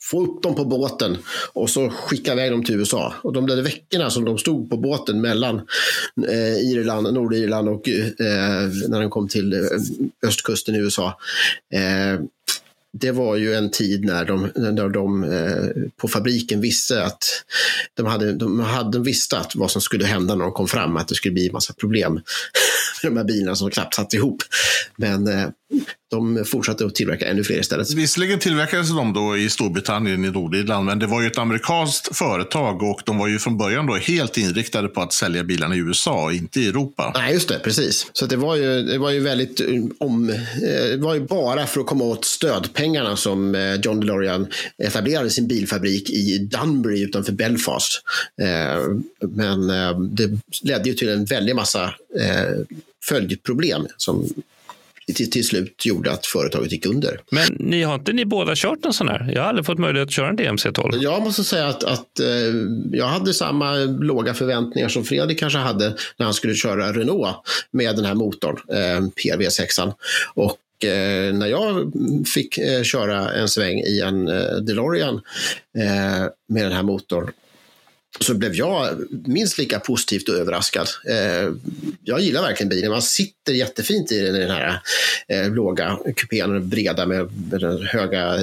få upp dem på båten och så skicka iväg dem till USA. Och de där veckorna som de stod på båten mellan Irland, Nordirland och när de kom till östkusten i USA. Det var ju en tid när de på fabriken visste att de hade visst att vad som skulle hända när de kom fram, att det skulle bli en massa problem med de här bilarna som knappt satt ihop. Men de fortsatte att tillverka ännu fler istället. Visserligen tillverkades de då i Storbritannien, i Nordirland, men det var ju ett amerikanskt företag och de var ju från början då helt inriktade på att sälja bilarna i USA och inte i Europa. Nej, just det, precis. Så det var ju väldigt det var ju bara för att komma åt stödpengarna som John DeLorean etablerade sin bilfabrik i Dunbury utanför Belfast. Men det ledde ju till en väldig massa följdproblem som till slut gjorde att företaget gick under. Men ni båda kört en sån här? Jag har aldrig fått möjlighet att köra en DMC-12. Jag måste säga att jag hade samma låga förväntningar som Fredrik kanske hade när han skulle köra Renault med den här motorn, PRV6. Och när jag fick köra en sväng i en DeLorean med den här motorn, så blev jag minst lika positivt och överraskad. Jag gillar verkligen bilen. Man sitter jättefint i den här låga kupén och breda med den höga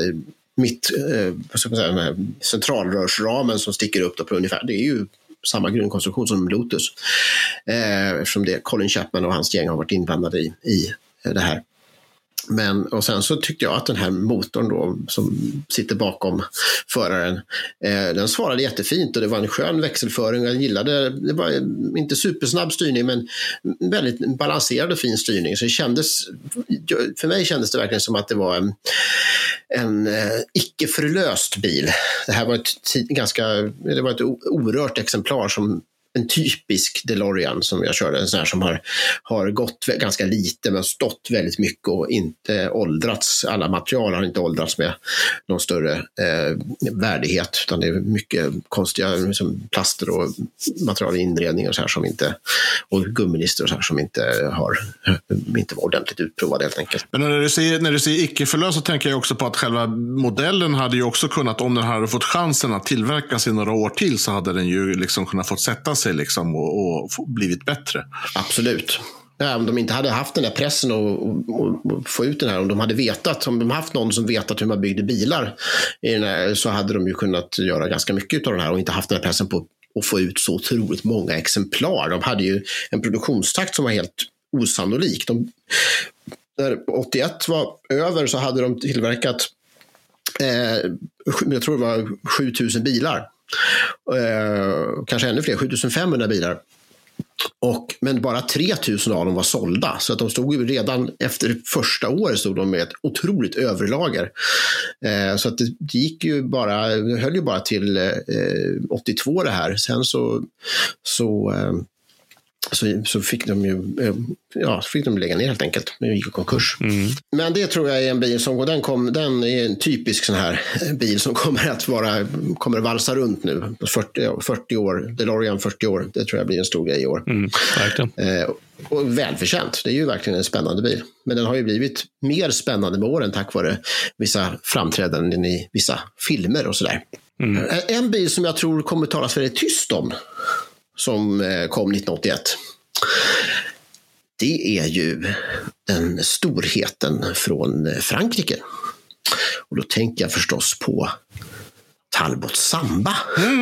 centralrörsramen som sticker upp då på ungefär. Det är ju samma grundkonstruktion som Lotus. Eftersom det Colin Chapman och hans gäng har varit inblandade i det här. Och sen så tyckte jag att den här motorn då som sitter bakom föraren, den svarade jättefint och det var en skön växelföring. Jag gillade, det var inte supersnabb styrning men väldigt balanserad och fin styrning. Så det för mig kändes det verkligen som att det var en icke förlöst bil. Det här var ett orört exemplar som en typisk DeLorean som jag körde, en sån här som har gått ganska lite men stått väldigt mycket och inte åldrats. Alla material har inte åldrats med någon större värdighet, utan det är mycket konstiga liksom plaster och material i inredning och så här som inte, och gummilister och så här som inte var ordentligt utprovade helt enkelt. Men när du säger icke-förlöst så tänker jag också på att själva modellen hade ju också kunnat, om den hade fått chansen att tillverkas i några år till, så hade den ju liksom kunnat fått sätta sig liksom och blivit bättre. Absolut. Ja, om de inte hade haft den där pressen och få ut den här, om de haft någon som vetat hur man byggde bilar i den här, så hade de ju kunnat göra ganska mycket av den här och inte haft den här pressen på att få ut så otroligt många exemplar. De hade ju en produktionstakt som var helt osannolik. När 81 var över så hade de tillverkat jag tror det var 7000 bilar. Kanske ännu fler, 7500 bilar. Men bara 3000 av dem var sålda. Så att de stod ju redan efter första året stod de med ett otroligt överlager. Så att det gick ju höll ju bara till 82 det här. Sen så fick de ju fick de lägga ner helt enkelt. De gick i konkurs. Men det tror jag är en bil som den är en typisk sån här bil som kommer att valsa runt nu 40 år, DeLorean 40 år. Det tror jag blir en stor grej i år. Verkligen. Och välförtjänt. Det är ju verkligen en spännande bil. Men den har ju blivit mer spännande med åren tack vare vissa framträdanden i vissa filmer och sådär. En bil som jag tror kommer talas väldigt tyst om som kom 1981. Det är ju den storheten från Frankrike. Och då tänker jag förstås på Talbot Samba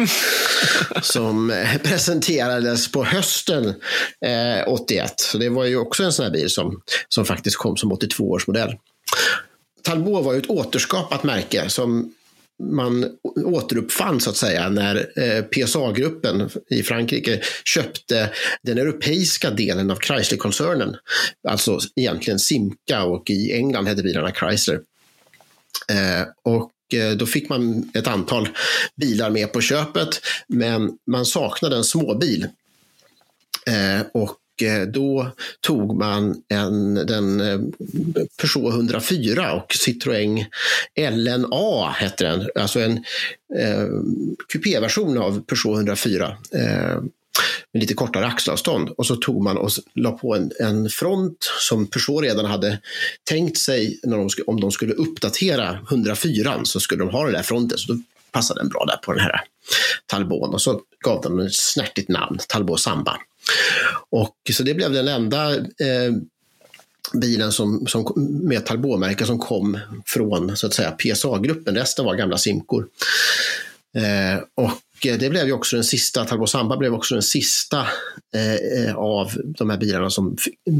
som presenterades på hösten 81. Så det var ju också en sån här bil som faktiskt kom som 82-årsmodell. Talbot var ju ett återskapat märke som man återuppfann så att säga när PSA-gruppen i Frankrike köpte den europeiska delen av Chrysler-koncernen. Alltså egentligen Simca, och i England hette bilarna Chrysler. Och då fick man ett antal bilar med på köpet, men man saknade en småbil. Och då tog man den Peugeot 104 och Citroën LNA heter den. Alltså en kupéversion av Peugeot 104. med lite kortare axelavstånd. Och så tog man och la på en front som Peugeot redan hade tänkt sig om de skulle uppdatera 104 så skulle de ha den där fronten. Så då passade den bra där på den här Talbot. Och så gav den ett snärtigt namn, Talbot Samba. Och så det blev den enda bilen som med Talbot-märke som kom från så att säga PSA-gruppen. Resten var gamla Simcor. Och det blev ju också den sista, Talbot Samba blev också den sista av de här bilarna som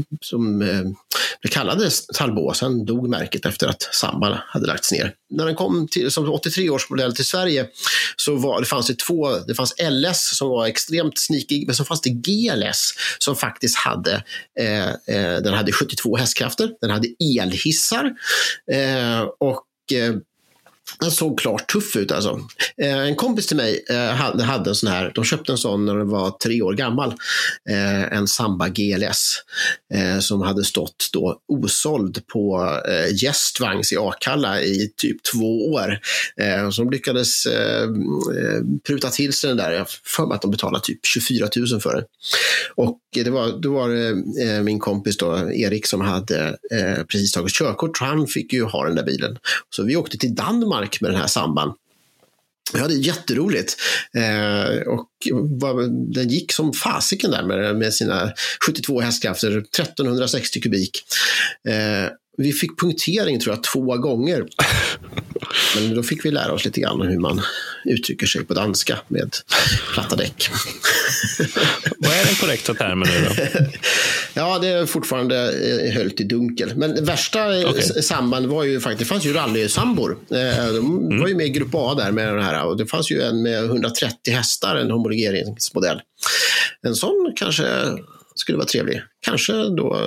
kallades Talbot. Sen dog märket efter att Samba hade lagts ner. När den kom till, som 83-årsmodell till Sverige så det fanns LS som var extremt sneaky, men så fanns det GLS som faktiskt hade den hade 72 hästkrafter, den hade elhissar och den såg klart tuff ut alltså. En kompis till mig hade en sån här, de köpte en sån när den var 3 år gammal, en Samba GLS som hade stått då osåld på gästvagns i Akalla i typ 2 år. Som lyckades pruta till sig den där. Jag för mig att de betalade typ 24 000 för den. Och då var det min kompis då, Erik, som hade precis tagit körkort. Han fick ju ha den där bilen. Så vi åkte till Danmark med den här Samban. Ja, det är jätteroligt. Och den gick som fasiken där med sina 72 hästkrafter, 1360 kubik. Vi fick punktering tror jag 2 gånger. Men då fick vi lära oss lite grann hur man uttrycker sig på danska med platta däck. Vad är den korrekta termen nu då? Ja, det är fortfarande höljt i dunkel. Men det värsta samband var ju faktiskt, det fanns ju rally-sambor. De var ju med i grupp A där med den här. Och det fanns ju en med 130 hästar, en homologeringsmodell. En sån kanske skulle vara trevlig. Kanske då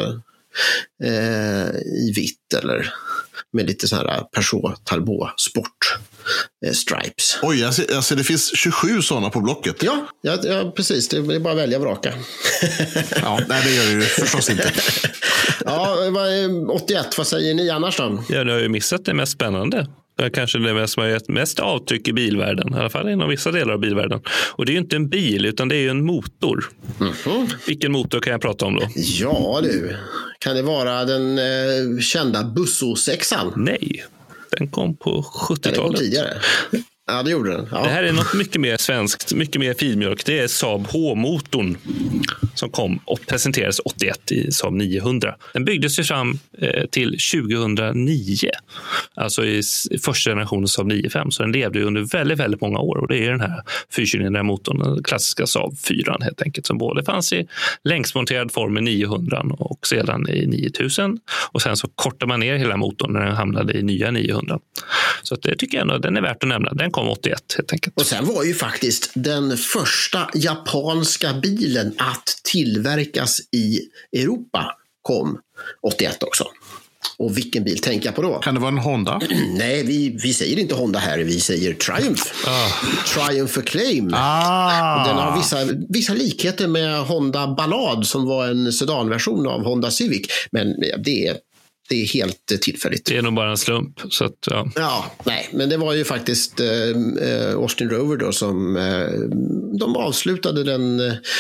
i vitt eller med lite så här Peugeot Talbot Sport stripes. Oj, alltså det finns 27 sådana på Blocket. Ja, precis. Det är bara att välja och vraka. Ja, nej, det gör det ju förstås inte. Ja, 81, vad säger ni annars då? Ja, du har ju missat det mest spännande. Kanske det som har gett mest avtryck i bilvärlden. I alla fall inom vissa delar av bilvärlden. Och det är ju inte en bil utan det är ju en motor. Mm-hmm. Vilken motor kan jag prata om då? Ja du, kan det vara den kända Busso 6an? Nej, den kom på 70-talet. Den kom tidigare. Ja, det gjorde den. Ja. Det här är något mycket mer svenskt, mycket mer filmjölk. Det är Saab H-motorn som kom och presenterades 81 i Saab 900. Den byggdes ju fram till 2009. Alltså i första generationen Saab 95. Så den levde ju under väldigt, väldigt många år. Och det är den här fyrcylindriga motorn, den klassiska Saab 4 helt enkelt. Som både fanns i längsmonterad form i 900 och sedan i 9000. Och sen så kortade man ner hela motorn när den hamnade i nya 900. Så att det tycker jag ändå, den är värt att nämna. Den kom 81 helt enkelt. Och sen var ju faktiskt den första japanska bilen att tillverkas i Europa kom 81 också. Och vilken bil tänker jag på då? Kan det vara en Honda? Nej, vi säger inte Honda här, vi säger Triumph. Triumph Acclaim. Den har vissa likheter med Honda Ballad som var en sedanversion av Honda Civic. Men det är helt tillfälligt. Det är nog bara en slump. Så att, nej, men det var ju faktiskt Austin Rover då som de avslutade den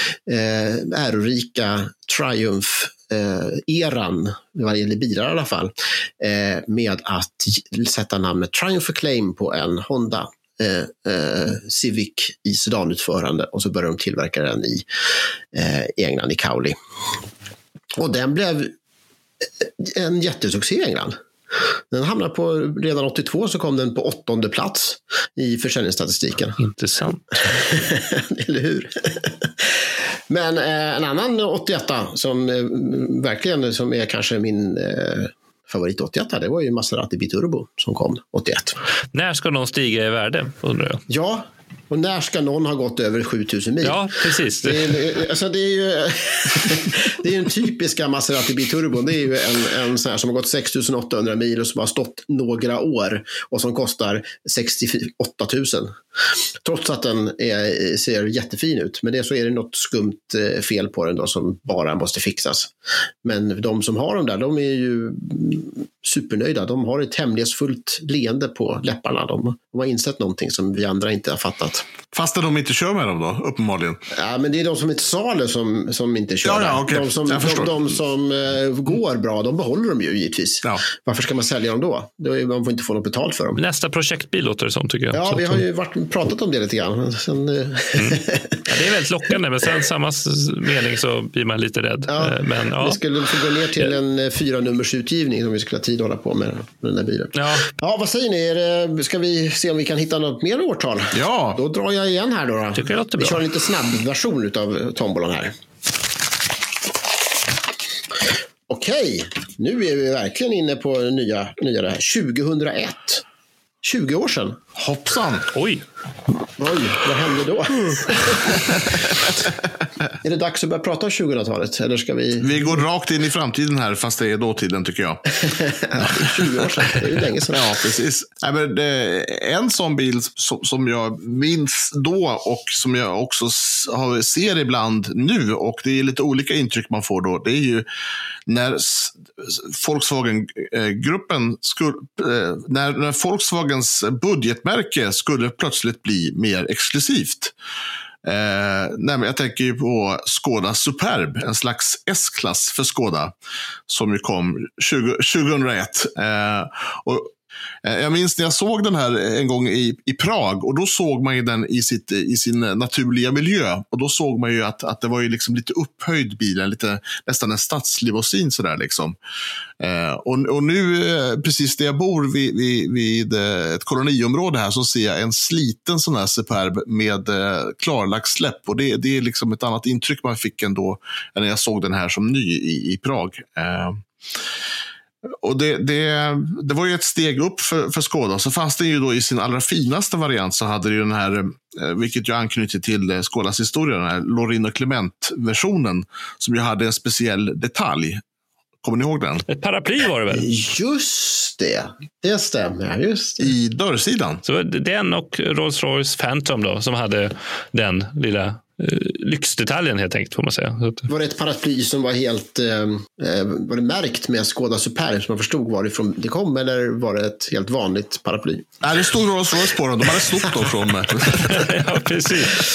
ärorika Triumph-eran, vad gäller bilar i alla fall, med att sätta namnet Triumph Acclaim på en Honda Civic i sedanutförande och så började de tillverka den i England, i Cowley. Och den blev en jättesuccé i England. Den hamnade på, redan 82 så kom den på 8:e plats i försäljningsstatistiken. Intressant. Eller hur? Men en annan 88 som verkligen som är kanske min favorit 88, det var ju Maserati Biturbo som kom 81. När ska de stiga i värde, undrar jag? Ja, och när ska någon ha gått över 7000 mil? Ja, precis. Det är ju det är en typiska Maserati Biturbo. Det är ju en sån här som har gått 6800 mil och som har stått några år och som kostar 68 000. Trots att den ser jättefin ut. Men så är det något skumt fel på den då som bara måste fixas. Men de som har dem där, de är ju supernöjda. De har ett hemlighetsfullt leende på läpparna. De har insett någonting som vi andra inte har fattat. Fast de inte kör med dem då, uppenbarligen. Ja, men det är de som är till salu som inte kör. Ja, okay. De som går bra, de behåller dem ju givetvis. Ja. Varför ska man sälja dem då? Man får inte få något betalt för dem. Nästa projektbil låter det som, tycker jag. Ja, vi har ju pratat om det lite grann. Sen, ja, det är väldigt lockande, men sen samma mening så blir man lite rädd. Ja, men, ja. Vi skulle få gå ner till en 4-nummersutgivning som vi skulle ha tid att hålla på med den där bilen. Ja, vad säger ni? Ska vi se om vi kan hitta något mer årtal? Ja. Då drar jag igen här då. Tycker jag låter bra. Vi kör en lite snabb version av tombolan här. Okej, nu är vi verkligen inne på nya det här. 2001. 20 år sedan. Hoppsan. Oj, vad hände då? Är det dags att börja prata om 2000-talet? Eller ska vi... Vi går rakt in i framtiden här, fast det är dåtiden, tycker jag. 20 år sedan, det är ju länge sedan. Ja, precis. En sån bil som jag minns då och som jag också ser ibland nu, och det är lite olika intryck man får då, det är ju när Volkswagen-gruppen när Volkswagens budgetmärke skulle plötsligt bli mer exklusivt. Jag tänker ju på Skoda Superb, en slags S-klass för Skoda som ju kom 2001. Jag minns när jag såg den här en gång i Prag, och då såg man ju den i sin naturliga miljö, och då såg man ju att det var ju liksom lite upphöjd bil, nästan en stadslimousin sådär liksom. Och nu, precis där jag bor vid ett koloniområde här, så ser jag en sliten sån här Superb med klarlacksläpp, och det är liksom ett annat intryck man fick ändå än när jag såg den här som ny i Prag. Och det var ju ett steg upp för Skoda. Så fanns det ju då i sin allra finaste variant, så hade det ju den här, vilket ju anknyter till Skodas historia, den här Lorin och Clement-versionen, som ju hade en speciell detalj. Kommer ni ihåg den? Ett paraply var det väl? Just det. Det stämmer, just det. I dörrsidan. Så den och Rolls-Royce Phantom då, som hade den lilla lyxdetaljen helt enkelt, får man säga. Var det ett paraply som var helt var det märkt med Skoda Superb, som man förstod varifrån det kom, eller var det ett helt vanligt paraply? Nej, det stod Rolls-Royce på den. De hade snott dem från ja, precis.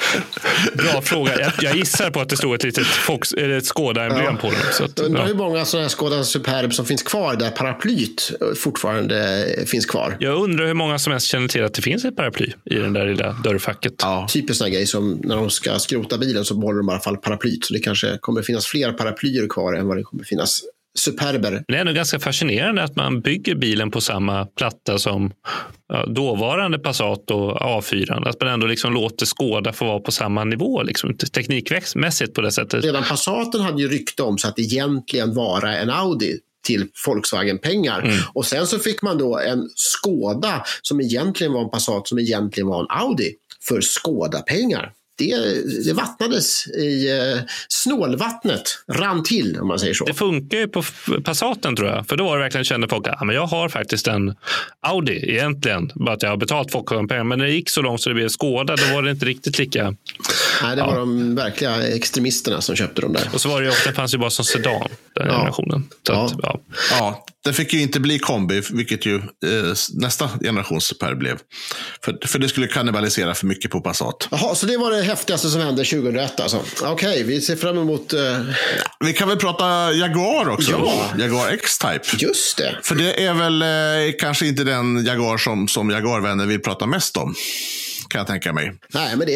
Bra fråga. Jag gissar på att det stod ett litet Skoda-emblem på den. Så att, undrar hur många sådana här Skoda Superb som finns kvar där paraplyt fortfarande finns kvar. Jag undrar hur många som helst känner till att det finns ett paraply i den där lilla dörrfacket. Ja. Typiskt sån här grej som när de ska skrota bilen så behåller de i alla fall paraplyt. Så det kanske kommer finnas fler paraplyer kvar än vad det kommer finnas Superber. Det är ändå ganska fascinerande att man bygger bilen på samma platta som dåvarande Passat och A4. Att man ändå liksom låter Skoda få vara på samma nivå liksom, teknikmässigt på det sättet. Redan Passaten hade ju rykte om så att egentligen vara en Audi till Volkswagen-pengar. Och sen så fick man då en Skoda som egentligen var en Passat som egentligen var en Audi för Skoda-pengar. Det vattnades i snålvattnet, rann till om man säger så. Det funkar ju på Passaten tror jag, för då var det verkligen kände folk att jag har faktiskt en Audi egentligen, bara att jag har betalt Volkswagen, men när det gick så långt så det blev Skoda, då var det inte riktigt lika. Nej, det var de verkliga extremisterna som köpte dem där. Och så var det ju ofta, det fanns ju bara som sedan den generationen. Så ja, det fick ju inte bli kombi, vilket ju nästa generations Superb blev. För det skulle kannibalisera för mycket på Passat. Jaha, så det var det häftigaste som hände 2001 alltså. Okej, vi ser fram emot... Vi kan väl prata Jaguar också. Ja. Jaguar X-Type. Just det. För det är väl kanske inte den Jaguar som Jaguar-vänner vill prata mest om. Kan jag tänka mig. Nej, men det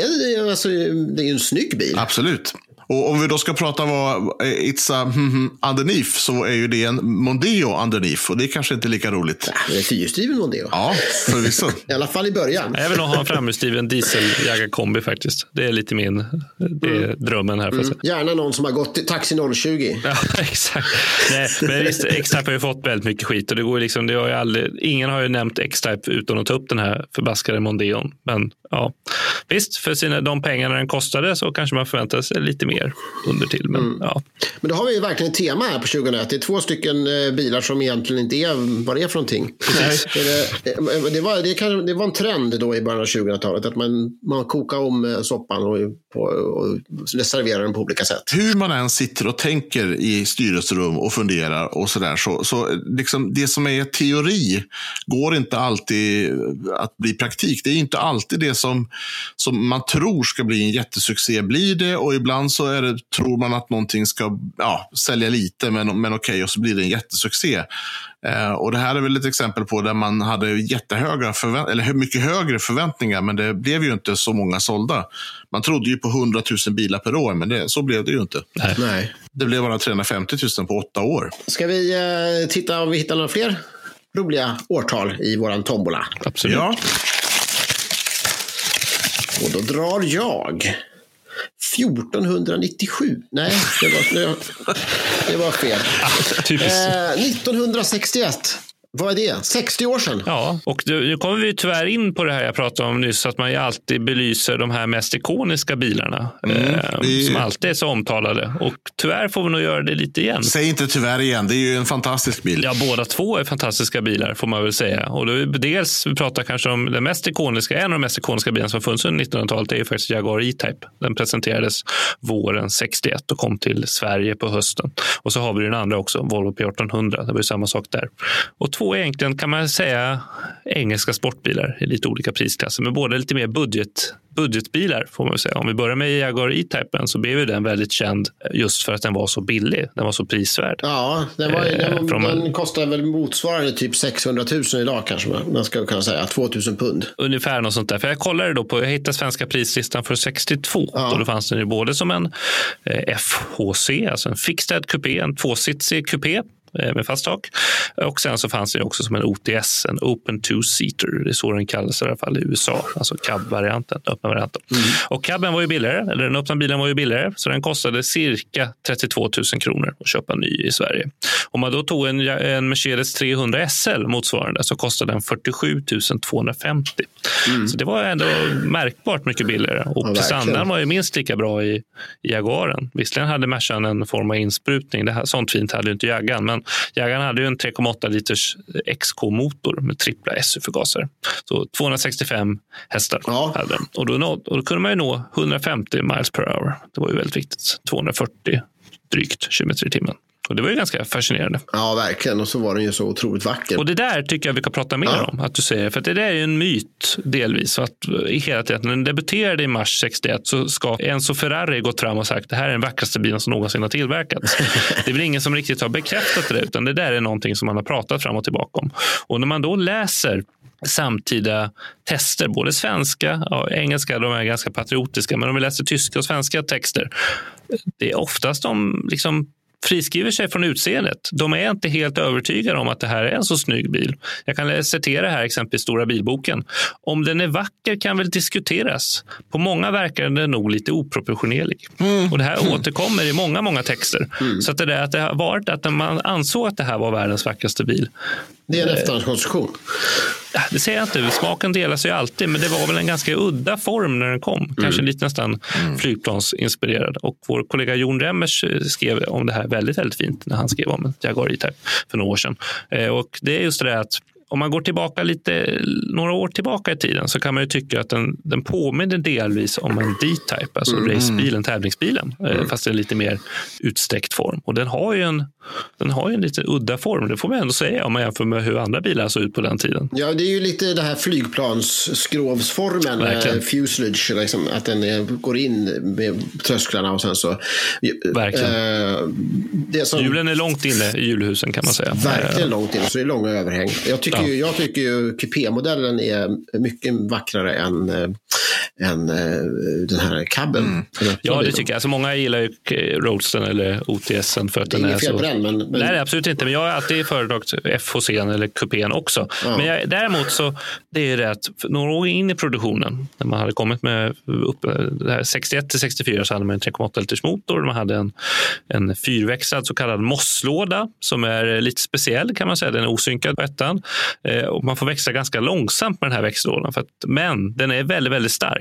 är ju en snygg bil. Absolut. Och om vi då ska prata vad it's a underneath, så är ju det en Mondeo underneath, och det är kanske inte lika roligt. Ja, det är fyrhjulsdriven Mondeo. Ja, förvisso. I alla fall i början. Jag vill nog ha en framhjulsdriven dieseljägarkombi faktiskt. Det är lite det är drömmen här. Gärna någon som har gått till Taxi 020. Ja, exakt. Nej, men visst, X-Type har ju fått väldigt mycket skit, och det går liksom, ingen har ju nämnt X-Type utan att ta upp den här förbaskade Mondeon. Men ja, visst, för de pengarna den kostade så kanske man förväntar sig lite mer. mer under till. Men, ja. Men då har vi ju verkligen ett tema här på 2001. Det är 2 stycken bilar som egentligen inte är vad det är för någonting. Det var en trend då i början av 2000-talet att man kokar om soppan och serverar den på olika sätt. Hur man än sitter och tänker i styrelserum och funderar och sådär, så liksom det som är teori går inte alltid att bli praktik. Det är inte alltid det som man tror ska bli en jättesuccé blir det, och ibland så tror man att någonting ska sälja lite men okej, och så blir det en jättesuccé. Och det här är väl ett exempel på där man hade mycket högre förväntningar, men det blev ju inte så många sålda. Man trodde ju på 100 000 bilar per år, men så blev det ju inte. Nej. Det blev bara 350 000 på 8 år. Ska vi titta om vi hittar några fler roliga årtal i våran tombola? Absolut. Ja. Och då drar jag 1497. Nej, det var fel. Typiskt. 1961. Vad är det? 60 år sedan. Ja, och nu kommer vi tyvärr in på det här jag pratade om nyss, att man ju alltid belyser de här mest ikoniska bilarna som alltid är så omtalade. Och tyvärr får vi nog göra det lite igen. Säg inte tyvärr igen, det är ju en fantastisk bil. Ja, båda två är fantastiska bilar får man väl säga. Och då dels, vi pratar kanske om den mest ikoniska, en av de mest ikoniska bilarna som funnits under 1900-talet är ju faktiskt Jaguar E-Type. Den presenterades våren 61 och kom till Sverige på hösten. Och så har vi den andra också, Volvo P1800. Det var ju samma sak där. Och två egentligen kan man säga engelska sportbilar i lite olika prisklasser, men båda lite mer budgetbilar får man säga. Om vi börjar med Jaguar E-Typen så blev ju den väldigt känd just för att den var så billig. Den var så prisvärd. Ja, den kostar väl motsvarande typ 600 000 idag kanske man ska kunna säga. 2000 pund. Ungefär något sånt där. För jag kollade då jag hittade svenska prislistan för 62. Ja. Och då fanns den ju både som en FHC, alltså en fixed kupé, en tvåsitsig kupé med fast tak. Och sen så fanns det också som en OTS, en Open Two-Seater. Det är så den kallas i alla fall i USA. Alltså cab-varianten, öppna varianten. Och cabben var ju billigare, eller den öppna bilen var ju billigare. Så den kostade cirka 32 000 kronor att köpa ny i Sverige. Om man då tog en Mercedes 300 SL motsvarande så kostade den 47 250. Så det var ändå märkbart mycket billigare. Och prestandan var ju minst lika bra i Jaguaren. Visserligen hade Mercan en form av insprutning. Sånt fint hade ju inte Jaggan, men Jaggan hade ju en 3,8 liters XK-motor med trippla SU-förgasare. Så 265 hästar hade den. Och då kunde man ju nå 150 miles per hour. Det var ju väldigt viktigt. 240 drygt kilometer i timmen. Och det var ju ganska fascinerande. Ja, verkligen. Och så var den ju så otroligt vacker. Och det där tycker jag vi kan prata mer om. Att du säger, för det där är ju en myt delvis. Så att hela tiden, när den debuterade i mars 61 så ska Enzo Ferrari gått fram och sagt att det här är den vackraste bilen som någonsin har tillverkats. Det är väl ingen som riktigt har bekräftat det, utan det där är någonting som man har pratat fram och tillbaka om. Och när man då läser samtida tester, både svenska och engelska, de är ganska patriotiska, men om vi läser tyska och svenska texter, det är oftast de liksom friskriver sig från utseendet. De är inte helt övertygade om att det här är en så snygg bil. Jag kan citera här exempelvis Stora bilboken. Om den är vacker kan väl diskuteras. På många verkar den nog lite oproportionerlig. Och det här återkommer i många, många texter. Så att det har varit att man ansåg att det här var världens vackraste bil. Det är en efterhandskonstruktion. Det säger jag inte. Smaken delas ju alltid, men det var väl en ganska udda form när den kom. Kanske lite nästan flygplansinspirerad. Och vår kollega Jon Remmers skrev om det här väldigt, väldigt fint när han skrev om en Jaguar E-Type för några år sedan. Och det är just det att om man går tillbaka några år tillbaka i tiden så kan man ju tycka att den påminner delvis om en D-Type, alltså racebilen, tävlingsbilen, fast det är lite mer utsträckt form. Och den har ju en lite udda form, det får man ändå säga om man jämför med hur andra bilar såg ut på den tiden. Ja, det är ju lite det här flygplansskrovsformen, fuselage, liksom, att den går in med trösklarna och sen så... Hjulen är långt inne i hjulhusen kan man säga. Verkligen långt inne, så det är långa överhäng. Jag tycker ju kupémodellen är mycket vackrare än den här cabben. Ja, det tycker jag. Alltså, många gillar ju Roadstern eller OTSen för att den är så... Men... Nej, absolut inte. Men jag har alltid föredragit FHC:n eller kupén också. Ja. Men däremot så, det är ju det att några år in i produktionen, när man hade kommit med upp det här 61-64 så hade man en 3,8 liters motor. Man hade en fyrväxlad så kallad mosslåda som är lite speciell kan man säga. Den är osynkad på ettan. Och man får växla ganska långsamt med den här växellådan. Men den är väldigt, väldigt stark.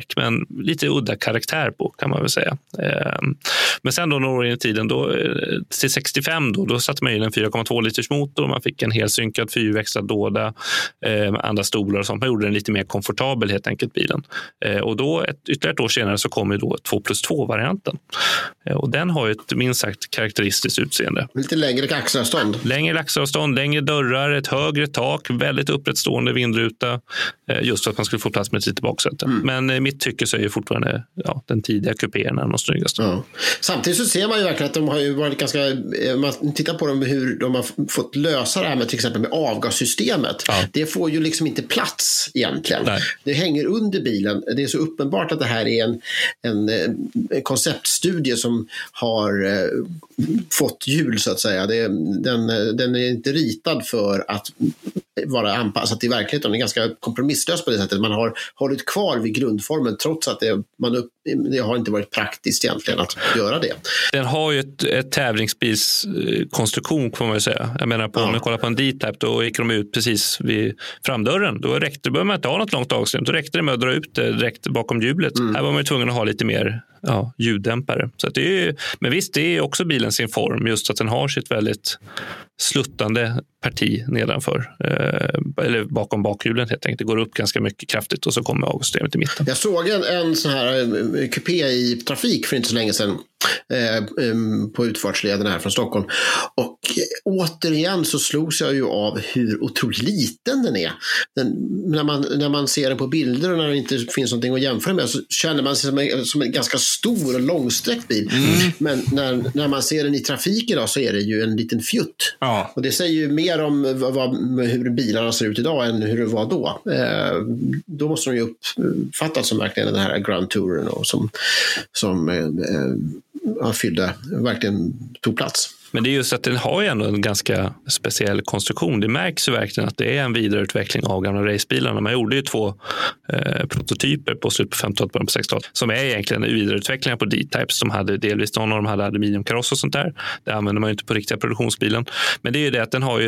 stark men lite udda karaktär på, kan man väl säga. Men sen då några år i tiden då, till 65 då satte man in en 4,2 liters motor och man fick en helsynkad fyrväxlad låda, andra stolar och sånt. Man gjorde den lite mer komfortabel helt enkelt, bilen. Och då ytterligare ett år senare så kom ju då 2+2-varianten. Och den har ju ett minst sagt karaktäristiskt utseende. Lite längre axelavstånd. Längre axelavstånd, längre dörrar, ett högre tak, väldigt upprättstående vindruta. Just för att man skulle få plats med ett litet baksäte. Men i mitt tycke så är ju fortfarande den tidiga kupéerna de snyggaste. Ja. Samtidigt så ser man ju verkligen att de har ju varit ganska, man tittar på dem hur de har fått lösa det här med till exempel med avgassystemet. Ja. Det får ju liksom inte plats egentligen. Nej. Det hänger under bilen. Det är så uppenbart att det här är en konceptstudie som har fått hjul så att säga. Den är inte ritad för att vara anpassad till verkligheten. Den är ganska kompromisslös på det sättet. Man har hållit kvar vid grundformen trots att det har inte varit praktiskt egentligen att göra det. Den har ju ett tävlingsbilskonstruktion får man ju säga. Jag menar om man kollar på en D-Type då gick de ut precis vid framdörren. Då behöver man inte ha något långt avstånd. Då räckte det med att dra ut det direkt bakom hjulet. Här var man ju tvungen att ha lite mer ljuddämpare. Så att det är, men visst, det är också bilen sin form, just att den har sitt väldigt sluttande parti nedanför eller bakom bakhjulen helt enkelt. Det går upp ganska mycket kraftigt och så kommer avgassystemet i mitten. Jag såg en sån här kupé i trafik för inte så länge sedan på utfartsleden här från Stockholm, och återigen så slogs jag ju av hur otroligt liten den är. När man ser den på bilder och när det inte finns någonting att jämföra med så känner man sig som en ganska stor och långsträckt bil. Men när man ser den i trafik idag så är det ju en liten fjutt. Ja. Och det säger ju mer om hur bilarna ser ut idag än hur det var då. Då måste de ju uppfattas som verkligen den här Grand Touren och som fyllde, verkligen tog plats. Men det är just att den har ju ändå en ganska speciell konstruktion. Det märks ju verkligen att det är en vidareutveckling av gamla racebilarna. Man gjorde ju 2 prototyper på slutet på 50-talet, början på 60-talet som är egentligen vidareutvecklingar på D-Types. De hade delvis, någon av dem hade aluminiumkaross och sånt där. Det använder man ju inte på riktiga produktionsbilen. Men det är ju det att den har ju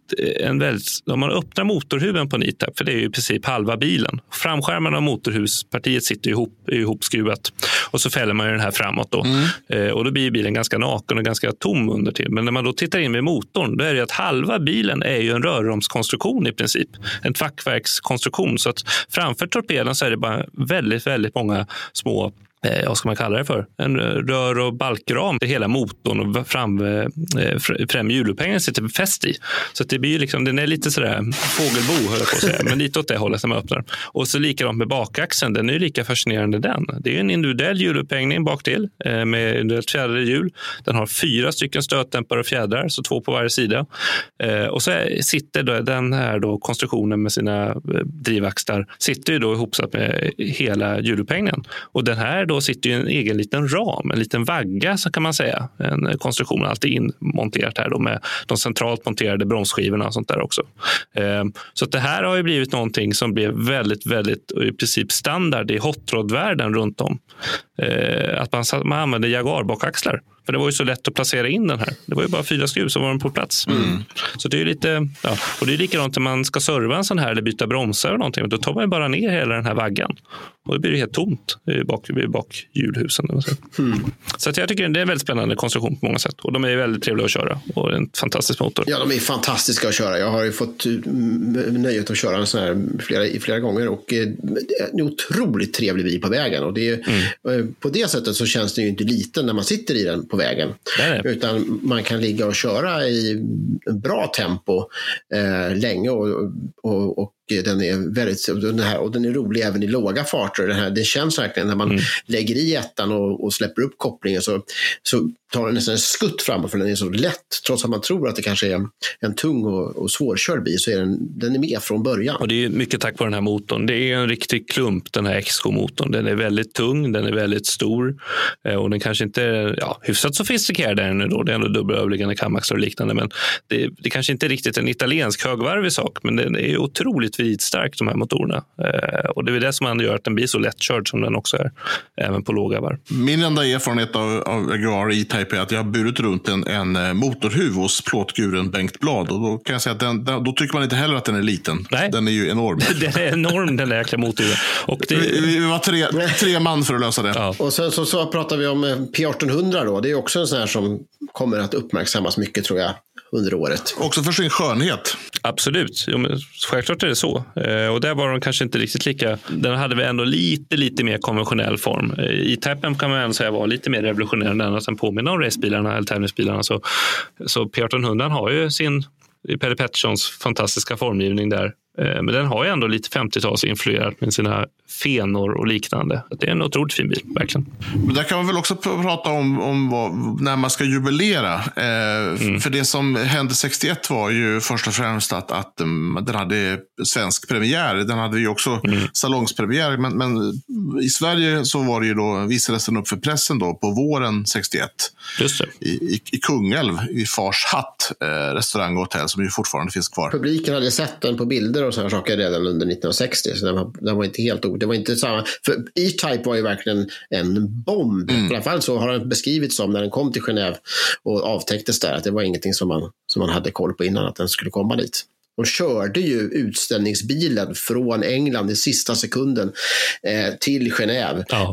om man öppnar motorhuven på en E-Type, för det är ju i princip halva bilen. Framskärmen av motorhuspartiet sitter ihopskruvat och så fäller man ju den här framåt då. Och då blir bilen ganska naken och ganska tom under till. Men när man då tittar in med motorn, då är det att halva bilen är ju en rörromskonstruktion i princip. En tvackverkskonstruktion, så att framför torpeden så är det bara väldigt, väldigt många små vad ska man kalla det för? En rör- och balkram till hela motorn och fram hjulupphängningen sitter fäst i. Så att det blir ju liksom, den är lite sådär fågelbo höll jag på att säga, men lite åt det hållet när man öppnar. Och så likadant med bakaxeln, den är ju lika fascinerande den. Det är ju en individuell hjulupphängning bak till med individuellt fjädrade hjul. Den har 4 stycken stötdämpare och fjädrar, så 2 på varje sida. Och så sitter då den här då konstruktionen med sina drivaxlar sitter ju då ihopsatt med hela hjulupphängningen. Och den här då sitter ju en egen liten ram, en liten vagga så kan man säga. En konstruktion alltid inmonterat här då med de centralt monterade bromsskivorna och sånt där också. Så att det här har ju blivit någonting som blev väldigt, väldigt i princip standard i hot rod-världen runt om. Att man använder Jaguar-bakaxlar. För det var ju så lätt att placera in den här. Det var ju bara 4 skruv som var den på plats. Så det är ju lite, och det är likadant när man ska serva en sån här eller byta bromsar och någonting. Då tar man ju bara ner hela den här vaggan. Och det blir helt tomt bak hjulhusen. Så att jag tycker det är en väldigt spännande konstruktion på många sätt. Och de är väldigt trevliga att köra. Och en fantastisk motor. Ja, de är fantastiska att köra. Jag har ju fått nöjet att köra en sån här flera gånger. Och det är en otroligt trevlig bil på vägen. Och det är, på det sättet så känns det ju inte liten när man sitter i den på vägen. Utan man kan ligga och köra i bra tempo länge och den är väldigt, och den är rolig även i låga farter. Det känns verkligen när man lägger i ettan och släpper upp kopplingen så tar den nästan en skutt framåt, för den är så lätt. Trots att man tror att det kanske är en tung och svårkörd bil så är den är med från början. Och det är mycket tack vare den här motorn. Det är en riktig klump, den här XK-motorn. Den är väldigt tung, den är väldigt stor och den kanske inte är hyfsat sofistikerad där nu då. Det är ändå dubbelöverliggande kamaxlar och liknande, men det kanske inte är riktigt en italiensk högvarvig sak, men den är otroligt otroligt vridstark, de här motorerna. Och det är det som gör att den blir så lättkörd som den också är, även på låga varv. Min enda erfarenhet av Jaguar E-Type är att jag har burit runt en motorhuv hos plåtguren Bengt Blad. Och då kan jag säga att då tycker man inte heller att den är liten. Nej. Den är ju enorm. Den är enorm, den där jäkla motorhuven. Och vi var tre man för att lösa det. Ja. Och sen så pratar vi om P1800 då. Det är också en sån här som kommer att uppmärksammas mycket, tror jag, under året. Också för sin skönhet. Absolut, jo, men självklart är det så. Och där var de kanske inte riktigt lika. Den hade väl ändå lite mer konventionell form. E-Typen kan man ändå säga var lite mer revolutionerande än att den påminner om racebilarna eller tävlingsbilarna. Så P1800 har ju sin Pelle Petterssons fantastiska formgivning där. Men den har ju ändå lite 50-tals influerat med sina fenor och liknande. Det är en otroligt fin bil, verkligen. Men där kan man väl också prata om när man ska jubilera. För det som hände 61 var ju först och främst att den hade svensk premiär. Den hade ju också salongspremiär. Men i Sverige så var det ju då, visades den upp för pressen då på våren 61. Just det. I Kungälv, i Fars Hatt, restaurang och hotell som ju fortfarande finns kvar. Publiken hade sett den på bilder och sådana saker redan under 1960, så den var inte helt det var inte samma, för E-Type var ju verkligen en bomb. I alla fall så har den beskrivits som när den kom till Genève och avtäcktes där, att det var ingenting som man hade koll på innan att den skulle komma dit. De körde ju utställningsbilen från England i sista sekunden till Genève. Ja.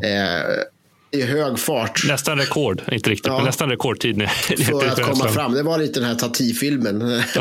I hög fart. Nästan rekord, inte riktigt, men nästan rekordtid. För att komma fram. Det var lite den här Tati-filmen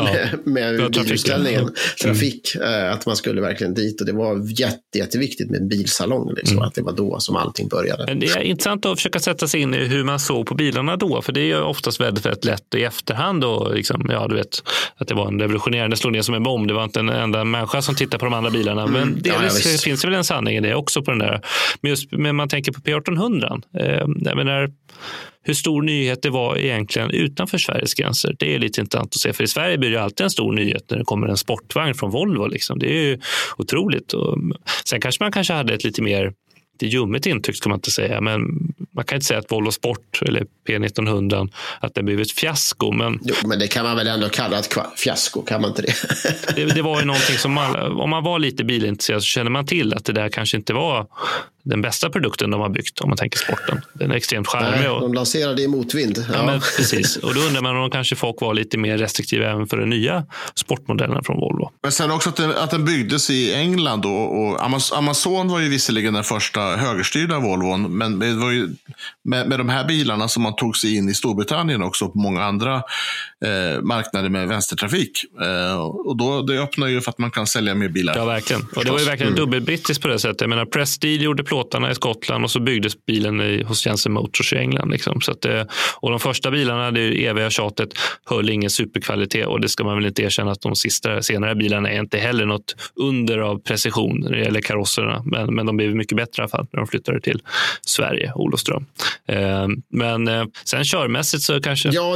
med bilutställningen. Trafik, att man skulle verkligen dit. Och det var jätteviktigt med en bilsalong. Liksom, att det var då som allting började. Men det är intressant att försöka sätta sig in i hur man såg på bilarna då. För det är ju oftast väldigt lätt i efterhand. Och liksom, du vet, att det var en revolutionerande slå ner som en bomb. Det var inte en enda människa som tittade på de andra bilarna. Men delvis finns det väl en sanning i det också på den där. Men man tänker på P1800. Jag menar, hur stor nyhet det var egentligen utanför Sveriges gränser, det är lite intressant att se. För i Sverige blir det alltid en stor nyhet när det kommer en sportvagn från Volvo. Liksom. Det är ju otroligt. Och sen kanske man hade ett lite mer ljummet intryck, ska man inte säga. Men man kan inte säga att Volvo Sport eller P1900 att det blivit ett fiasko. Men det kan man väl ändå kalla ett fiasko, kan man inte det? det var ju någonting som om man var lite bilintresserad så känner man till att det där kanske inte var den bästa produkten de har byggt, om man tänker sporten. Den är extremt charmig. Nej, de lanserade i motvind. Ja, men precis. Och då undrar man om kanske folk var lite mer restriktiva även för den nya sportmodellen från Volvo. Men sen också att den byggdes i England då, och Amazon var ju visserligen den första högerstyrda Volvon, men det var ju med de här bilarna som man tog sig in i Storbritannien också på många andra marknader med vänstertrafik. Och då det öppnar ju för att man kan sälja mer bilar. Ja, verkligen. Och det var ju verkligen dubbelbrittiskt på det sättet. Jag menar, Prestige gjorde plåtarna i Skottland och så byggdes bilen hos Jensen Motors i England. Liksom. Så att, och de första bilarna, det eviga tjatet, höll ingen superkvalitet, och det ska man väl inte erkänna att de senare bilarna är inte heller något under av precision när det gäller karosserna. Men de blev mycket bättre i alla fall när de flyttade till Sverige, Olofström. Men sen körmässigt så kanske... Ja,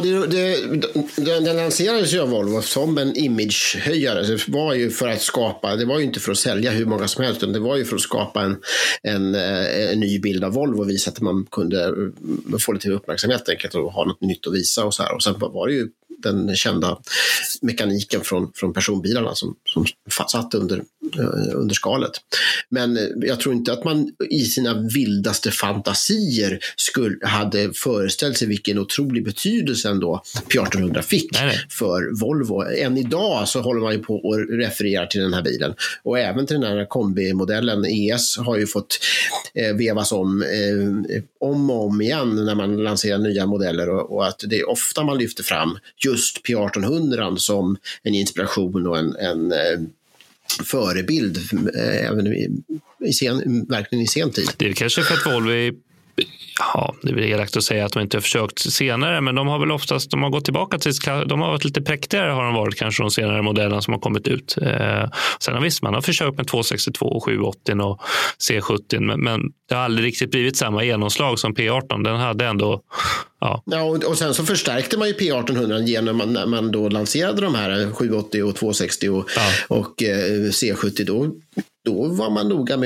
den lanserades ju av Volvo som en imagehöjare. Det var ju för att skapa, det var ju inte för att sälja hur många som helst, utan det var ju för att skapa en ny bild av Volvo och visa att man kunde få lite uppmärksamhet enkelt och ha något nytt att visa och så här. Och sen var det ju den kända mekaniken från personbilarna som satt under skalet. Men jag tror inte att man i sina vildaste fantasier hade föreställt sig vilken otrolig betydelse ändå P1800 fick för Volvo. Än idag så håller man ju på och refererar till den här bilen. Och även till den här kombimodellen ES har ju fått vevas om och om igen när man lanserar nya modeller, och att det är ofta man lyfter fram just P1800 som en inspiration och en förebild även verkligen i sen tid. Det är kanske för att Volvo det är väl elakt att säga att de inte har försökt senare, men de har väl oftast gått tillbaka till, de har varit lite präktigare har de varit kanske de senare modellerna som har kommit ut. Sen har visst man har försökt med 262 och 780 och C70, men det har aldrig riktigt blivit samma genomslag som P18. Den hade ändå och sen så förstärkte man ju P1800 genom när man då lanserade de här 780 och 260 och C70 då var man noga med att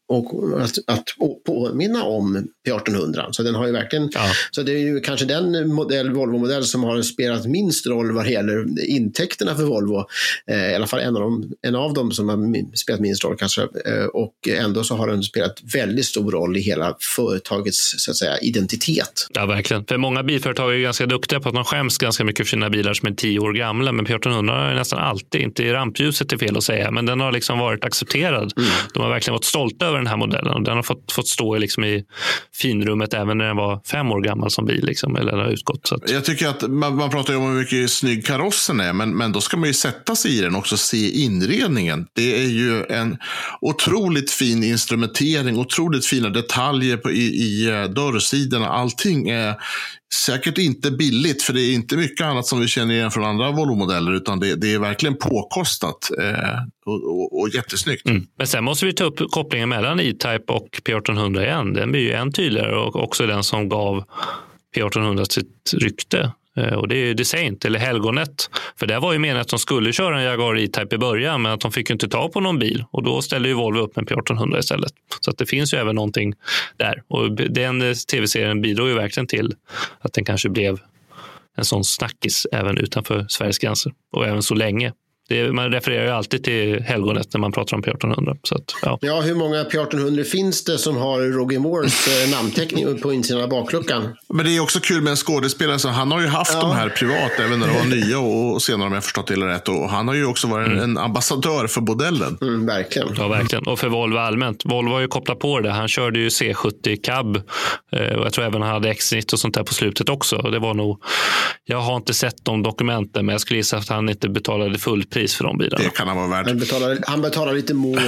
att påminna om P1800. Så den har ju verkligen, så det är ju kanske den Volvo-modell som har spelat minst roll vad det gäller intäkterna för Volvo. I alla fall en av dem som har spelat minst roll kanske. Och ändå så har den spelat väldigt stor roll i hela företagets så att säga identitet. Ja, verkligen. För många bilföretag är ju ganska duktiga på att de skäms ganska mycket för sina bilar som är 10 år gamla. Men P1800 är nästan alltid, inte i rampljuset är fel att säga, men den har liksom varit accepterad. De har verkligen varit stolta över den här modellen och den har fått stå liksom i finrummet även när den var 5 år gammal som bil liksom, eller har utgått. Så att... Jag tycker att man pratar ju om hur mycket snygg karossen är, men då ska man ju sätta sig i den och också se inredningen. Det är ju en otroligt fin instrumentering, otroligt fina detaljer i dörrsidorna. Allting är säkert inte billigt, för det är inte mycket annat som vi känner igen från andra Volvo-modeller, utan det är verkligen påkostat och jättesnyggt. Men sen måste vi ta upp kopplingen mellan E-Type och P1800 igen. Den blir ju än tydligare och också den som gav P1800 sitt rykte. Och det är ju Descent eller Helgonet. För det var ju meningen att de skulle köra en Jaguar E-Type i början, men att de fick inte ta på någon bil. Och då ställde ju Volvo upp med P1800 istället. Så att det finns ju även någonting där. Och den tv-serien bidrog ju verkligen till att den kanske blev en sån snackis även utanför Sveriges gränser. Och även så länge. Man refererar ju alltid till Helgonet när man pratar om P1800. Så att, ja, hur många P1800 finns det som har Roger Moores namnteckning på insidan av bakluckan? Men det är också kul med en skådespelare. Så han har ju haft de här privat, även när de var nya och senare om jag förstått det rätt. Och han har ju också varit en ambassadör för modellen. Verkligen. Ja, verkligen. Och för Volvo allmänt. Volvo har ju kopplat på det. Han körde ju C70 Cab. Och jag tror även han hade X90 och sånt där på slutet också. Och det var nog... Jag har inte sett de dokumenten, men jag skulle gissa att han inte betalade full pris för de bilarna. Det kan han vara värd. Han betalar lite mål.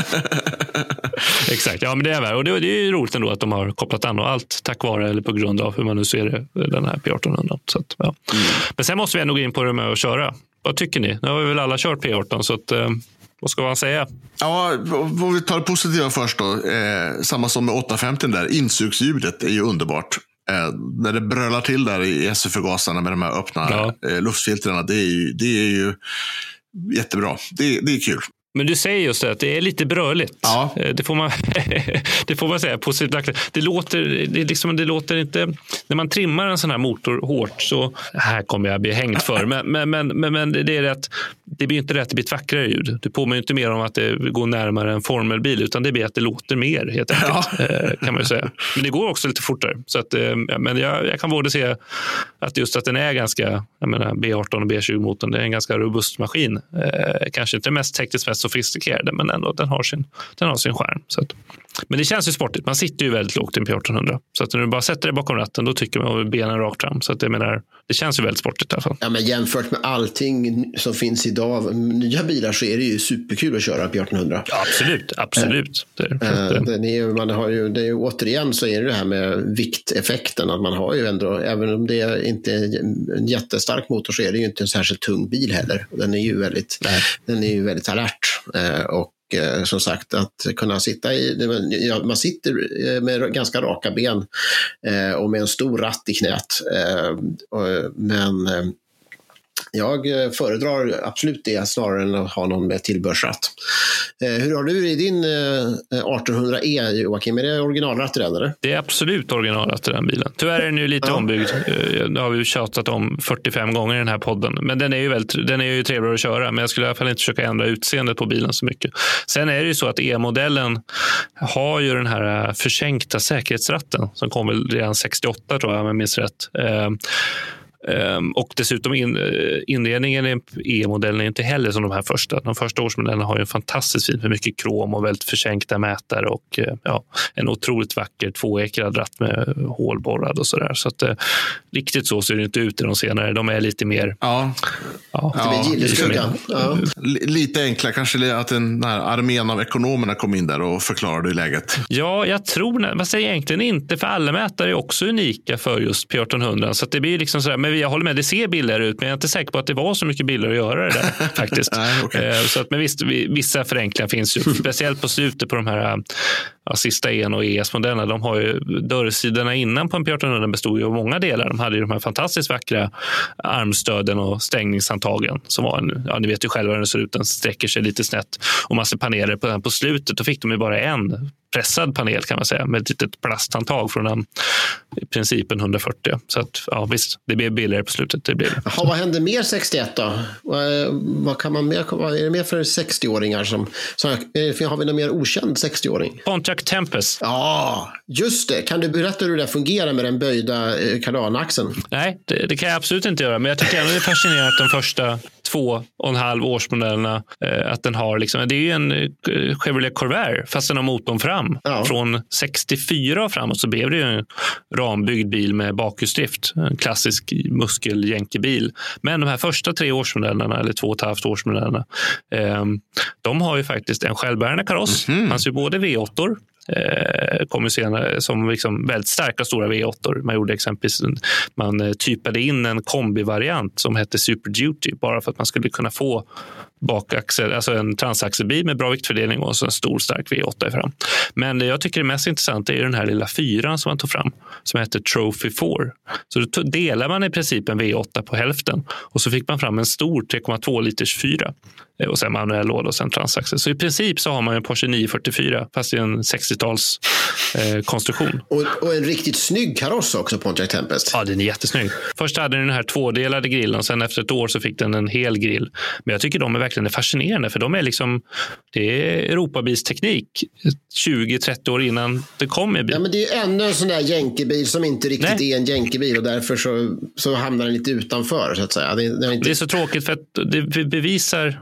Exakt, ja men det är väl. Och det är ju roligt ändå att de har kopplat an och allt tack vare eller på grund av hur man nu ser det, den här P1800. Så att, ja. Men sen måste vi ändå gå in på det med att köra. Vad tycker ni? Nu har vi väl alla kört P18 så att... Vad ska man säga? Ja, vi tar det positiva först då. Samma som med 850 där. Insugsljudet är ju underbart. När det brölar till där i SU-förgasarna med de här öppna luftfiltrarna. Det är ju jättebra. Det är kul. Men du säger just det, att det är lite bröligt. Ja. Det får man säga positivt. Det låter inte... När man trimmar en sån här motor hårt så... Här kommer jag bli hängd för. Men det är att det blir inte rätt, det blir ett vackrare ljud. Det påminner inte mer om att det går närmare en formelbil, utan det blir att det låter mer helt enkelt, kan man ju säga. Men det går också lite fortare. Så att, men jag kan både se att just att den är ganska... Jag menar, B18 och B20-motorn, det är en ganska robust maskin. Kanske inte mest tekniskt mest sofistikerade, men ändå den har sin skärm. Så att, men det känns ju sportigt. Man sitter ju väldigt lågt i en P1800. Så att när du bara sätter dig bakom ratten, då tycker man att benen rakt fram. Så att jag menar, det känns ju väldigt sportigt i alla fall. Ja, men jämfört med allting som finns idag, nya bilar, så är det ju superkul att köra P1800. Ja, absolut. Det är ju återigen så är det här med vikteffekten, att man har ju ändå, även om det inte är en jättestark motor, så är det ju inte en särskilt tung bil heller. Den är ju väldigt alert och som sagt, att kunna sitta man sitter med ganska raka ben och med en stor ratt i knät, men jag föredrar absolut det snarare än att ha någon med tillbörsratt. Hur har du i din 1800E, Joakim? Är det originalratt i den, eller? Det är absolut originalratt i den bilen. Tyvärr är den ju lite ombyggd. Det har vi tjatat om 45 gånger i den här podden. Men den är ju trevligare att köra. Men jag skulle i alla fall inte försöka ändra utseendet på bilen så mycket. Sen är det ju så att E-modellen har ju den här försänkta säkerhetsratten som kom väl redan 68, tror jag, om jag minns rätt. Och dessutom inredningen i E-modellen är inte heller som de här första. De första årsmodellerna har ju en fantastiskt fint med mycket krom och väldigt försänkta mätare och en otroligt vacker tvåekrad ratt med hålborrad och sådär. Så att riktigt så ser det inte ut i de senare. De är lite mer... Lite enklare kanske att den här armén av ekonomerna kom in där och förklarade i läget. Ja, jag tror... Vad säger egentligen inte, för alla mätare är också unika för just P1800. Så att det blir liksom sådär... Men men jag håller med, det ser billigare ut, men jag är inte säker på att det var så mycket billigare att göra det där faktiskt. Nej, okay. Så att, men visst, vissa förenklingar finns ju, speciellt på slutet på de här sista EN och ES-modellerna. De har ju dörrsidorna innan på en P 1800 bestod ju av många delar. De hade ju de här fantastiskt vackra armstöden och stängningshandtagen som var ni vet ju själva hur den ser ut, den sträcker sig lite snett och massa paneler på den på slutet. Då fick de ju bara en pressad panel kan man säga med ett litet plasthandtag från den principen 140. Så att visst, det blir billigare på slutet. Det blir. Jaha, vad händer mer 61 då? Vad kan man mer, vad är det mer för 60-åringar som har vi någon mer okänd 60-åring? Pontiac Tempest. Ja, just det. Kan du berätta hur det fungerar med den böjda kardanaxeln? Nej, det kan jag absolut inte göra, men jag tycker ändå det är fascinerande att de första 2,5 årsmodellerna att den har liksom, det är ju en Chevrolet Corvair fast den har motorn fram. Ja. Från 64 och framåt så blev det ju en rambyggd bil med bakhjulsdrift, en klassisk muskeljänkebil. Men de här första 3 årsmodellerna eller 2,5 årsmodellerna de har ju faktiskt en självbärande kaross. Man ser både V8-or kommer senare som liksom väldigt starka stora V8-or. Man gjorde exempelvis man typade in en kombivariant som hette Super Duty bara för att man skulle kunna få bakaxel, alltså en transaxelbil med bra viktfördelning och så en stor stark V8 fram. Men det jag tycker är mest intressant är den här lilla 4 som man tog fram som heter Trophy 4. Så då delar man i princip en V8 på hälften och så fick man fram en stor 3,2 liters 4 och sen manuell låda och sen transaxel. Så i princip så har man en Porsche 944 fast i en 60-tals konstruktion. Och en riktigt snygg kaross också på Pontiac Tempest. Ja, den är jättesnygg. Först hade den här 2-delade grillen och sen efter ett år så fick den en hel grill. Men jag tycker de är verkligen fascinerande för de är liksom, det är Europabilsteknik 20-30 år innan det kom i bil. Ja, men det är ännu en sån där jänkebil som inte riktigt är en jänkebil och därför så hamnar den lite utanför så att säga. Det är så tråkigt för att det bevisar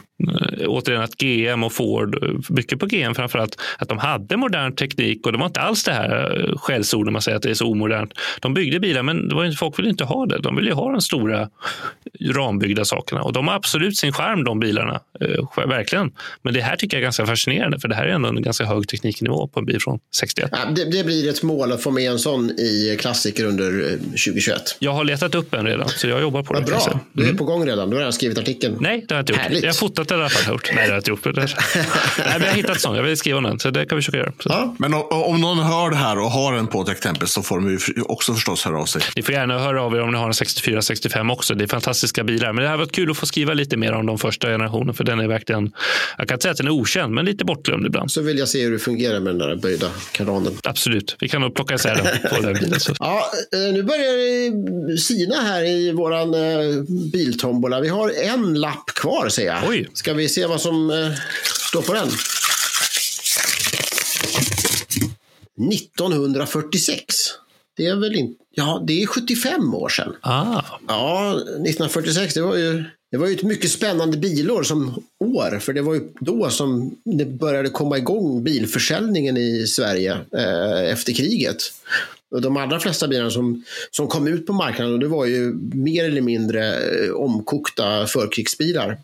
återigen att GM och Ford, mycket på GM framförallt, att de hade modern teknik och det var inte alls det här skällsorden man säger att det är så omodernt. De byggde bilar men folk ville inte ha det. De ville ju ha de stora rambyggda sakerna och de har absolut sin charm de bilarna, verkligen. Men det här tycker jag är ganska fascinerande för det här är ändå en ganska hög tekniknivå på en bil från 61. Ja, det blir ett mål att få med en sån i klassiker under 2021. Jag har letat upp en redan så jag jobbar på det. Bra, du är på gång redan. Du har redan skrivit artikeln. Nej, det har jag inte gjort. Härligt. Jag har fotat det i alla fall gjort. Nej, det har jag inte gjort. Nej, men jag har hittat sån. Jag vill skriva den. Så det kan vi försöka göra. Ja. Men om någon hör det här och har en Pontiac Tempest så får de ju också förstås höra av sig. Ni får gärna höra av er om ni har en 64-65 också. Det är fantastiska bilar. Men det har varit kul att få skriva lite mer om de första generationen. För den är verkligen, jag kan inte säga att den är okänd, men lite bortglömd ibland. Så vill jag se hur det fungerar med den där böjda kardanen. Absolut. Vi kan nog plocka isär den på den bilen. Så. Ja, nu börjar det sina här i våran biltombola. Vi har en lapp kvar, säger jag. Oj. Ska vi se vad som står på den? 1946. Det är väl inte... Ja, det är 75 år sedan. Ja, 1946, det var ju ett mycket spännande bilår som år. För det var ju då som det började komma igång bilförsäljningen i Sverige efter kriget. Och de allra flesta bilarna som kom ut på marknaden, och det var ju mer eller mindre omkokta förkrigsbilar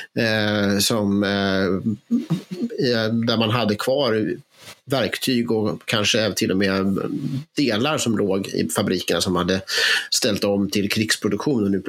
där man hade kvar verktyg och kanske till och med delar som låg i fabrikerna som hade ställt om till krigsproduktion och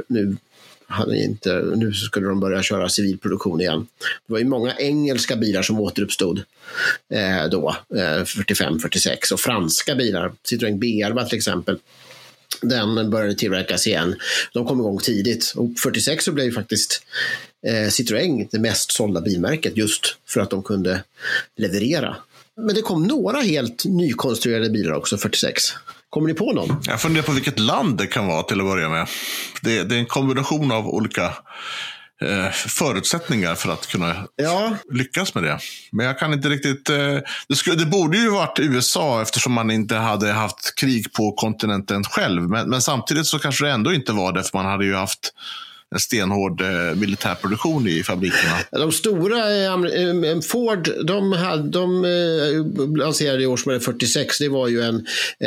nu skulle de börja köra civilproduktion igen. Det var ju många engelska bilar som återuppstod då, 45-46, och franska bilar, Citroën B11 till exempel, den började tillverkas igen. De kom igång tidigt och 46 så blev ju faktiskt Citroën det mest sålda bilmärket just för att de kunde leverera. Men det kom några helt nykonstruerade bilar också 46. Kommer ni på någon? Jag funderar på vilket land det kan vara till att börja med. Det är en kombination av olika förutsättningar för att kunna lyckas med det. Men jag kan inte riktigt... Det borde ju varit USA eftersom man inte hade haft krig på kontinenten själv. Men samtidigt så kanske det ändå inte var det, för man hade ju haft en stenhård militärproduktion i fabrikerna. De stora, Ford, de lanserade i årsmodell 46, det var ju en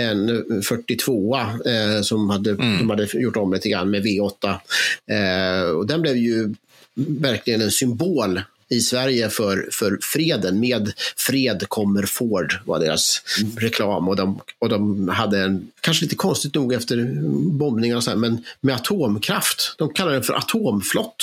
42 som de hade gjort om lite grann med V8. Och den blev ju verkligen en symbol i Sverige för freden. Med fred kommer Ford var deras reklam, och de hade en, kanske lite konstigt nog efter bombningar och så här, men med atomkraft. De kallar den för atomflott.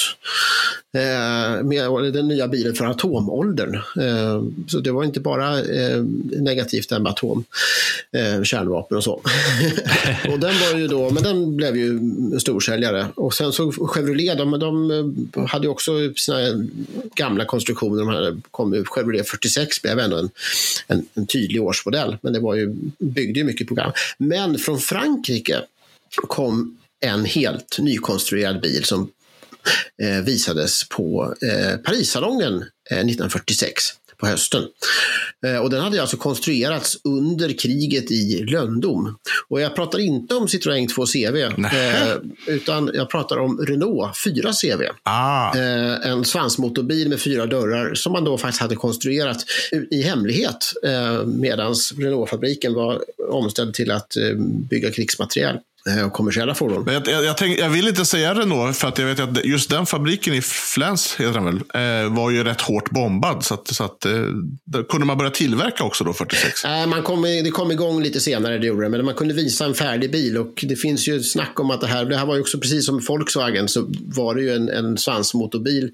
Med den nya bilen för atomåldern. Så det var inte bara negativt där med kärnvapen och så. Och den var ju då, men den blev ju storsäljare. Och sen så Chevrolet, de hade ju också sina gamla konstruktioner. Chevrolet 46 blev ändå en tydlig årsmodell, men det var ju, byggde ju mycket program. Men från Frankrike kom en helt nykonstruerad bil som visades på Parissalongen 1946 på hösten. Och den hade alltså konstruerats under kriget i lönndom. Och jag pratar inte om Citroën 2CV utan jag pratar om Renault 4CV. En svansmotorbil med 4 dörrar som man då faktiskt hade konstruerat i hemlighet medan Renault-fabriken var omställd till att bygga krigsmateriel och kommersiella fordon. Men jag vill inte säga Renault, för att jag vet att just den fabriken i Flens heter den väl, var ju rätt hårt bombad, så att kunde man börja tillverka också då 46? Det kom igång lite senare, det gjorde det, men man kunde visa en färdig bil, och det finns ju snack om att det här var ju också precis som Volkswagen, så var det ju en svansmotorbil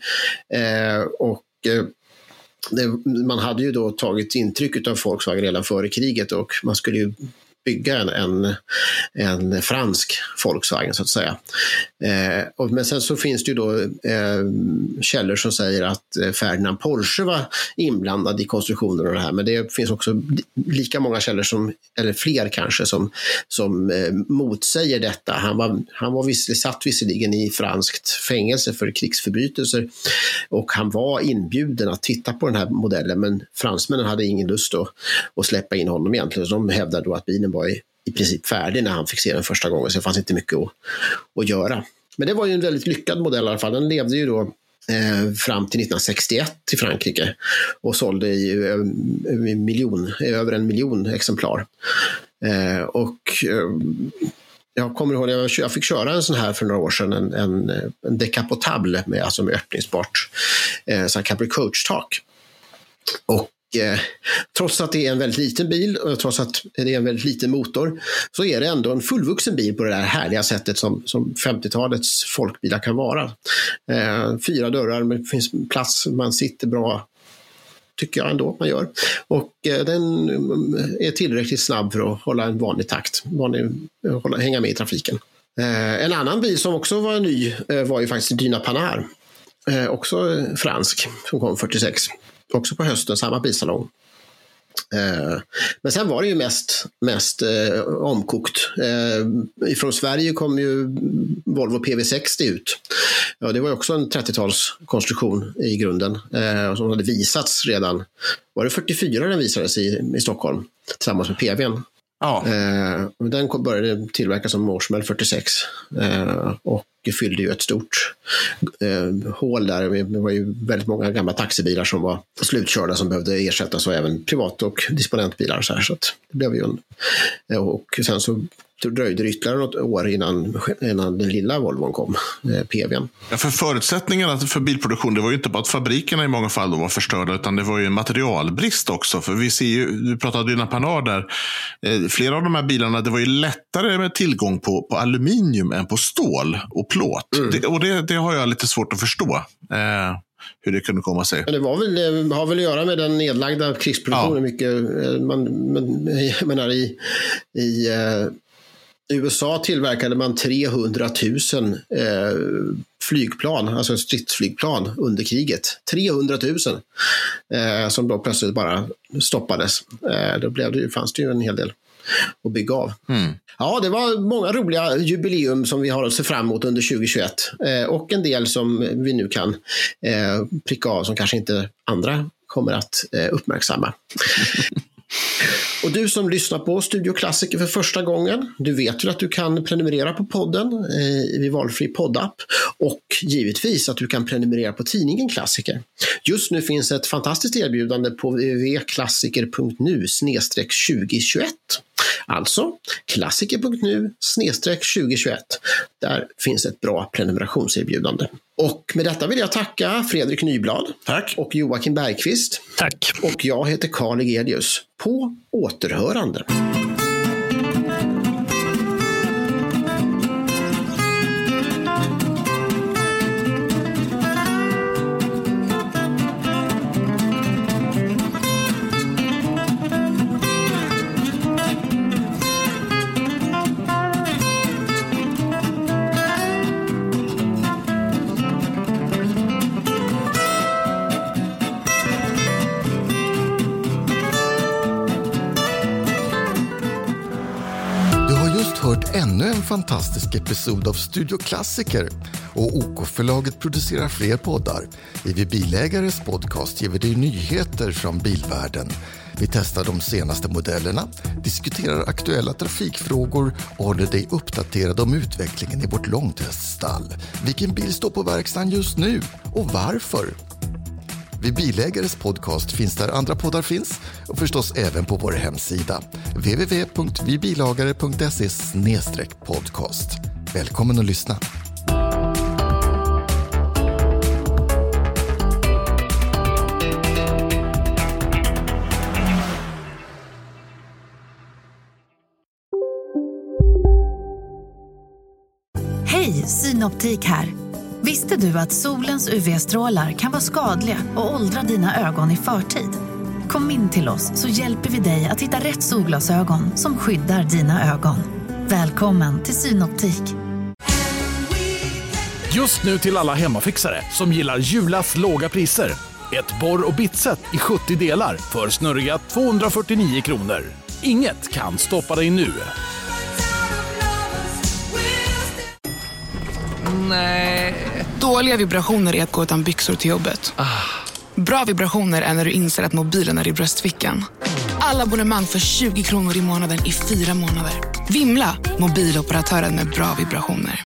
man hade ju då tagit intryck av Volkswagen redan före kriget, och man skulle ju bygga en fransk Volkswagen så att säga. Men sen så finns det ju då källor som säger att Ferdinand Porsche var inblandad i konstruktionen av det här, men det finns också lika många källor eller fler kanske som motsäger detta. Han var satt visserligen i franskt fängelse för krigsförbrytelser, och han var inbjuden att titta på den här modellen, men fransmännen hade ingen lust att släppa in honom egentligen, så de hävdade då att bilen var i princip färdig när han fick se den första gången, så det fanns inte mycket att göra. Men det var ju en väldigt lyckad modell i alla fall. Den levde ju då fram till 1961 i Frankrike och sålde i över 1 miljon exemplar. Jag kommer ihåg, jag fick köra en sån här för några år sedan, en decapotable med öppningsbart sån Capri Coach-tak. Och trots att det är en väldigt liten bil och trots att det är en väldigt liten motor, så är det ändå en fullvuxen bil på det där härliga sättet som 50-talets folkbilar kan vara. 4 dörrar, men det finns plats, man sitter bra, tycker jag ändå man gör. Och den är tillräckligt snabb för att hålla en vanlig takt, hänga med i trafiken. En annan bil som också var ny var ju faktiskt Dyna Panhard. Också fransk, som kom 46. Också på hösten, samma bilsalong. Men sen var det ju mest omkokt. Från Sverige kom ju Volvo PV60 ut. Ja, det var ju också en 30-talskonstruktion i grunden, som hade visats redan. Var det 44 den visades i Stockholm tillsammans med PV:n? Ja. Den började tillverkas som årsmodell 46 och fyllde ju ett stort hål där. Det var ju väldigt många gamla taxibilar som var slutkörda som behövde ersättas, och även privat- och disponentbilar. Så att det blev ju och sen så dröjde det ytterligare något år innan den lilla Volvon kom, PV:n. Ja, för förutsättningarna för bilproduktion, det var ju inte bara att fabrikerna i många fall var förstörda, utan det var ju en materialbrist också. För vi ser ju, du pratade Dyna Panhard där, flera av de här bilarna, det var ju lättare med tillgång på aluminium än på stål och plåt. Det har jag lite svårt att förstå. Hur det kunde komma sig. Men det har väl att göra med den nedlagda krigsproduktionen. Ja. Mycket, men i USA tillverkade man 300 000 flygplan, alltså stridsflygplan under kriget. 300 000 som då plötsligt bara stoppades. Då fanns det ju en hel del att bygga av. Ja, det var många roliga jubileum som vi har att se fram emot under 2021. Och en del som vi nu kan pricka av som kanske inte andra kommer att uppmärksamma. Och du som lyssnar på Studio Klassiker för första gången, du vet ju att du kan prenumerera på podden i valfri poddapp, och givetvis att du kan prenumerera på tidningen Klassiker. Just nu finns ett fantastiskt erbjudande på www.klassiker.nu/2021. Alltså klassiker.nu/2021. Där finns ett bra prenumerationserbjudande. Och med detta vill jag tacka Fredrik Nyblad. Tack. Och Joakim Bergqvist. Tack. Och jag heter Carl Egelius. På återhörande. Hört ännu en fantastisk episod av Studio Klassiker och OK-förlaget producerar fler poddar. I Vi Bilägares podcast ger vi dig nyheter från bilvärlden. Vi testar de senaste modellerna, diskuterar aktuella trafikfrågor och håller dig uppdaterad om utvecklingen i vårt långteststall. Vilken bil står på verkstaden just nu och varför? Vid Bilägares podcast finns där andra poddar finns och förstås även på vår hemsida www.vibilagare.se/podcast. Välkommen att lyssna. Hej, Synoptik här. Visste du att solens UV-strålar kan vara skadliga och åldra dina ögon i förtid? Kom in till oss så hjälper vi dig att hitta rätt solglasögon som skyddar dina ögon. Välkommen till Synoptik. Just nu till alla hemmafixare som gillar Julas låga priser. Ett borr- och bitset i 70 delar för snurriga 249 kronor. Inget kan stoppa dig nu. Nej. Dåliga vibrationer är att gå utan byxor till jobbet. Bra vibrationer är när du inser att mobilen är i bröstfickan. Alla abonnemang för 20 kronor i månaden i 4 månader. Vimla, mobiloperatören med bra vibrationer.